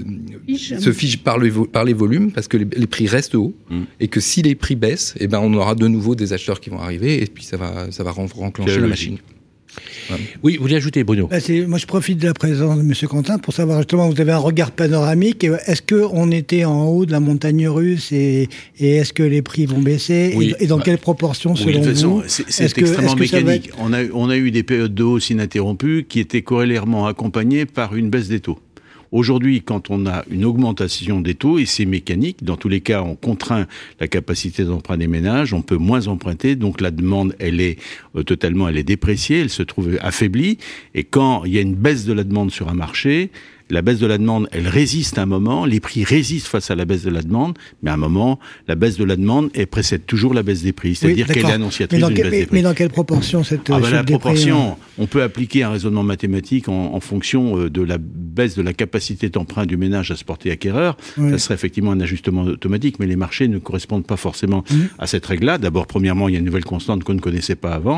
se fige par, le, par les volumes, parce que les, les prix restent hauts, mmh. et que si les prix baissent, eh ben, on aura de nouveau des acheteurs qui vont arriver, et puis ça va, ça va renclencher la machine. Ouais. Oui, vous voulez ajouter, Bruno? Bah c'est, Moi, je profite de la présence de M. Quentin pour savoir justement, vous avez un regard panoramique. Est-ce qu'on était en haut de la montagne russe et, et est-ce que les prix vont baisser? Oui. et, et dans bah, quelle proportion, oui, selon de toute façon, vous? C'est, c'est extrêmement que, mécanique. Être... On, a, on a eu des périodes de hausse ininterrompues qui étaient corrélairement accompagnées par une baisse des taux. Aujourd'hui, quand on a une augmentation des taux, et c'est mécanique, dans tous les cas, on contraint la capacité d'emprunt des ménages, on peut moins emprunter, donc la demande, elle est euh, totalement, elle est dépréciée, elle se trouve affaiblie, et quand il y a une baisse de la demande sur un marché, la baisse de la demande, elle résiste un moment, les prix résistent face à la baisse de la demande, mais à un moment, la baisse de la demande, elle précède toujours la baisse des prix, c'est-à-dire oui, qu'elle est annonciatrice d'une que, baisse mais, des prix. Mais dans quelle proportion cette ah ben La des proportion, prix, on peut appliquer un raisonnement mathématique en, en fonction de la baisse de la capacité d'emprunt du ménage à se porter acquéreur. Oui. Ça serait effectivement un ajustement automatique, mais les marchés ne correspondent pas forcément mmh. à cette règle-là. D'abord, premièrement, il y a une nouvelle constante qu'on ne connaissait pas avant.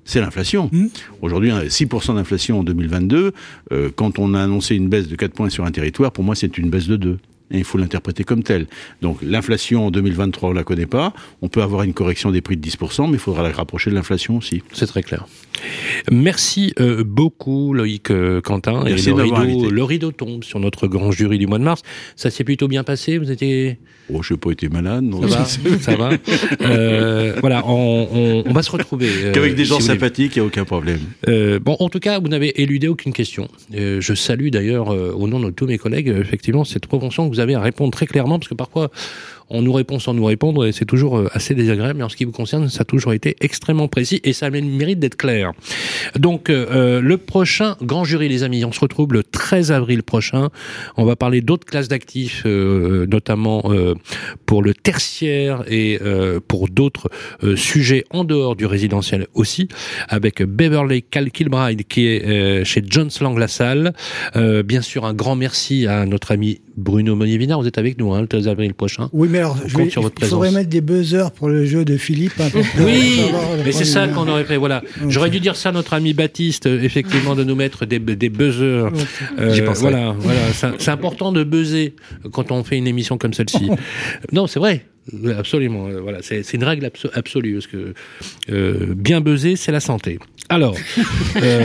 c'est l'inflation. Mmh. Aujourd'hui, six pour cent d'inflation en deux mille vingt-deux. Euh, quand on a annoncé une baisse de quatre points sur un territoire, pour moi, c'est une baisse de deux. Et il faut l'interpréter comme tel. Donc l'inflation en deux mille vingt-trois, on ne la connaît pas. On peut avoir une correction des prix de dix pour cent, mais il faudra la rapprocher de l'inflation aussi. C'est très clair. Merci euh, beaucoup Loïc euh, Quentin. Merci et le d'avoir rideau, invité. le rideau tombe sur notre grand jury du mois de mars. Ça s'est plutôt bien passé. Vous étiez... Oh, je n'ai pas été malade. Non. Ça va, ça va. Euh, voilà, on, on, on va se retrouver. Euh, Qu'avec des gens si sympathiques, il n'y a aucun problème. Euh, bon, en tout cas, vous n'avez éludé aucune question. Euh, je salue d'ailleurs, euh, au nom de tous mes collègues, euh, effectivement, cette propension que vous avez à répondre très clairement, parce que parfois, on nous répond sans nous répondre, et c'est toujours euh, assez désagréable, mais en ce qui vous concerne, ça a toujours été extrêmement précis, et ça a le mérite d'être clair. Donc, euh, le prochain grand jury, les amis, on se retrouve le treize avril prochain. On va parler d'autres classes d'actifs, euh, notamment euh, pour le tertiaire et euh, pour d'autres euh, sujets en dehors du résidentiel aussi, avec Beverly Kilbride qui est euh, chez Jones Lang LaSalle. Euh, bien sûr, un grand merci à notre ami Bruno Monnier-Vinard. Vous êtes avec nous hein, le treize avril prochain. Oui, mais alors, je vais, il faudrait mettre des buzzers pour le jeu de Philippe. Hein, pour oui, mais c'est ça qu'on aurait fait. Voilà, j'aurais dû dire ça à notre ami Baptiste, effectivement, de nous mettre des, des buzzers. Euh, J'y penserai. Voilà, voilà. C'est, c'est important de buzzer quand on fait une émission comme celle-ci. Non, c'est vrai. Absolument, voilà, c'est, c'est une règle abso- absolue parce que euh, bien buzzer, c'est la santé. Alors, euh,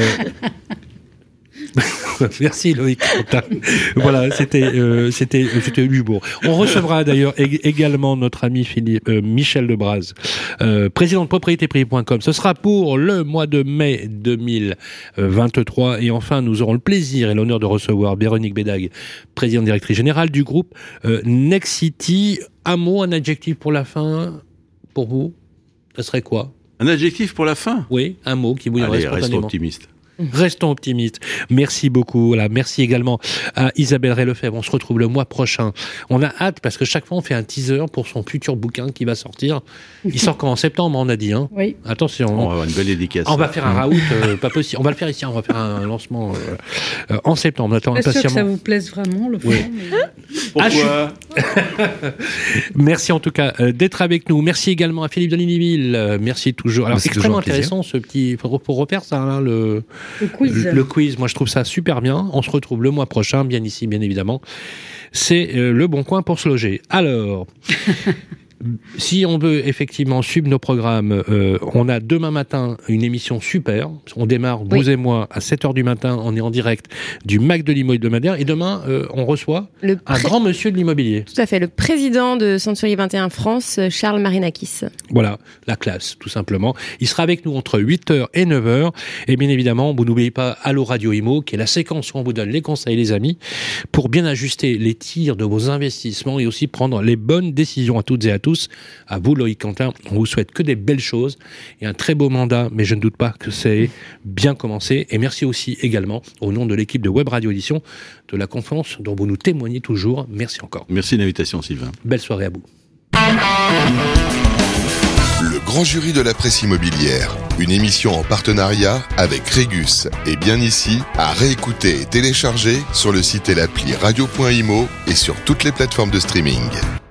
merci Loïc. Voilà, c'était euh, c'était c'était l'humour. On recevra d'ailleurs ég- également notre ami Philippe, euh, Michel Debraz, euh, président de propriété privée point com. Ce sera pour le mois de mai deux mille vingt-trois et enfin nous aurons le plaisir et l'honneur de recevoir Véronique Bédag, présidente directrice générale du groupe euh, Nexity. Un mot, un adjectif pour la fin, pour vous, ça serait quoi? Un adjectif pour la fin? Oui, un mot qui vous Allez, irait restons spontanément. optimistes. Restons optimistes. Merci beaucoup. Voilà. Merci également à Isabelle Ray-Lefebvre. On se retrouve le mois prochain. On a hâte parce que chaque fois on fait un teaser pour son futur bouquin qui va sortir. Il sort quand en septembre, on a dit. Hein. Oui. Attention. On va avoir une belle dédicace. On va faire un raout, euh, pas possible. On va le faire ici. On va faire un lancement euh, euh, en septembre. Attends, Est-ce que ça impatiemment. vous plaise vraiment le fond Oui. mais... Pourquoi? Merci en tout cas euh, d'être avec nous. Merci également à Philippe de Liniville. Euh, merci toujours. Alors C'est c'est extrêmement toujours un plaisir. intéressant ce petit. Pour, pour refaire ça, là, le. Le quiz. Le quiz, moi je trouve ça super bien. On se retrouve le mois prochain, bien ici, bien évidemment. C'est euh, le bon coin pour se loger. Alors, si on veut effectivement suivre nos programmes, euh, on a demain matin une émission super. On démarre, vous Oui. et moi, à sept heures du matin. On est en direct du M A C de l'immobilier de Madère. Et demain, euh, on reçoit Le un pré- grand monsieur de l'immobilier. Tout à fait, le président de Century vingt et un France, Charles Marinakis. Voilà, la classe, tout simplement. Il sera avec nous entre huit heures et neuf heures. Et bien évidemment, vous n'oubliez pas Allo Radio Imo, qui est la séquence où on vous donne les conseils, les amis, pour bien ajuster les tirs de vos investissements et aussi prendre les bonnes décisions à toutes et à tous. À vous, Loïc Quentin, on vous souhaite que des belles choses et un très beau mandat, mais je ne doute pas que c'est bien commencé. Et merci aussi également, au nom de l'équipe de Web Radio Édition, de la confiance dont vous nous témoignez toujours. Merci encore. Merci de l'invitation, Sylvain. Belle soirée à vous. Le grand jury de la presse immobilière, une émission en partenariat avec Régus et Bien Ici, à réécouter et télécharger sur le site et l'appli radio point imo et sur toutes les plateformes de streaming.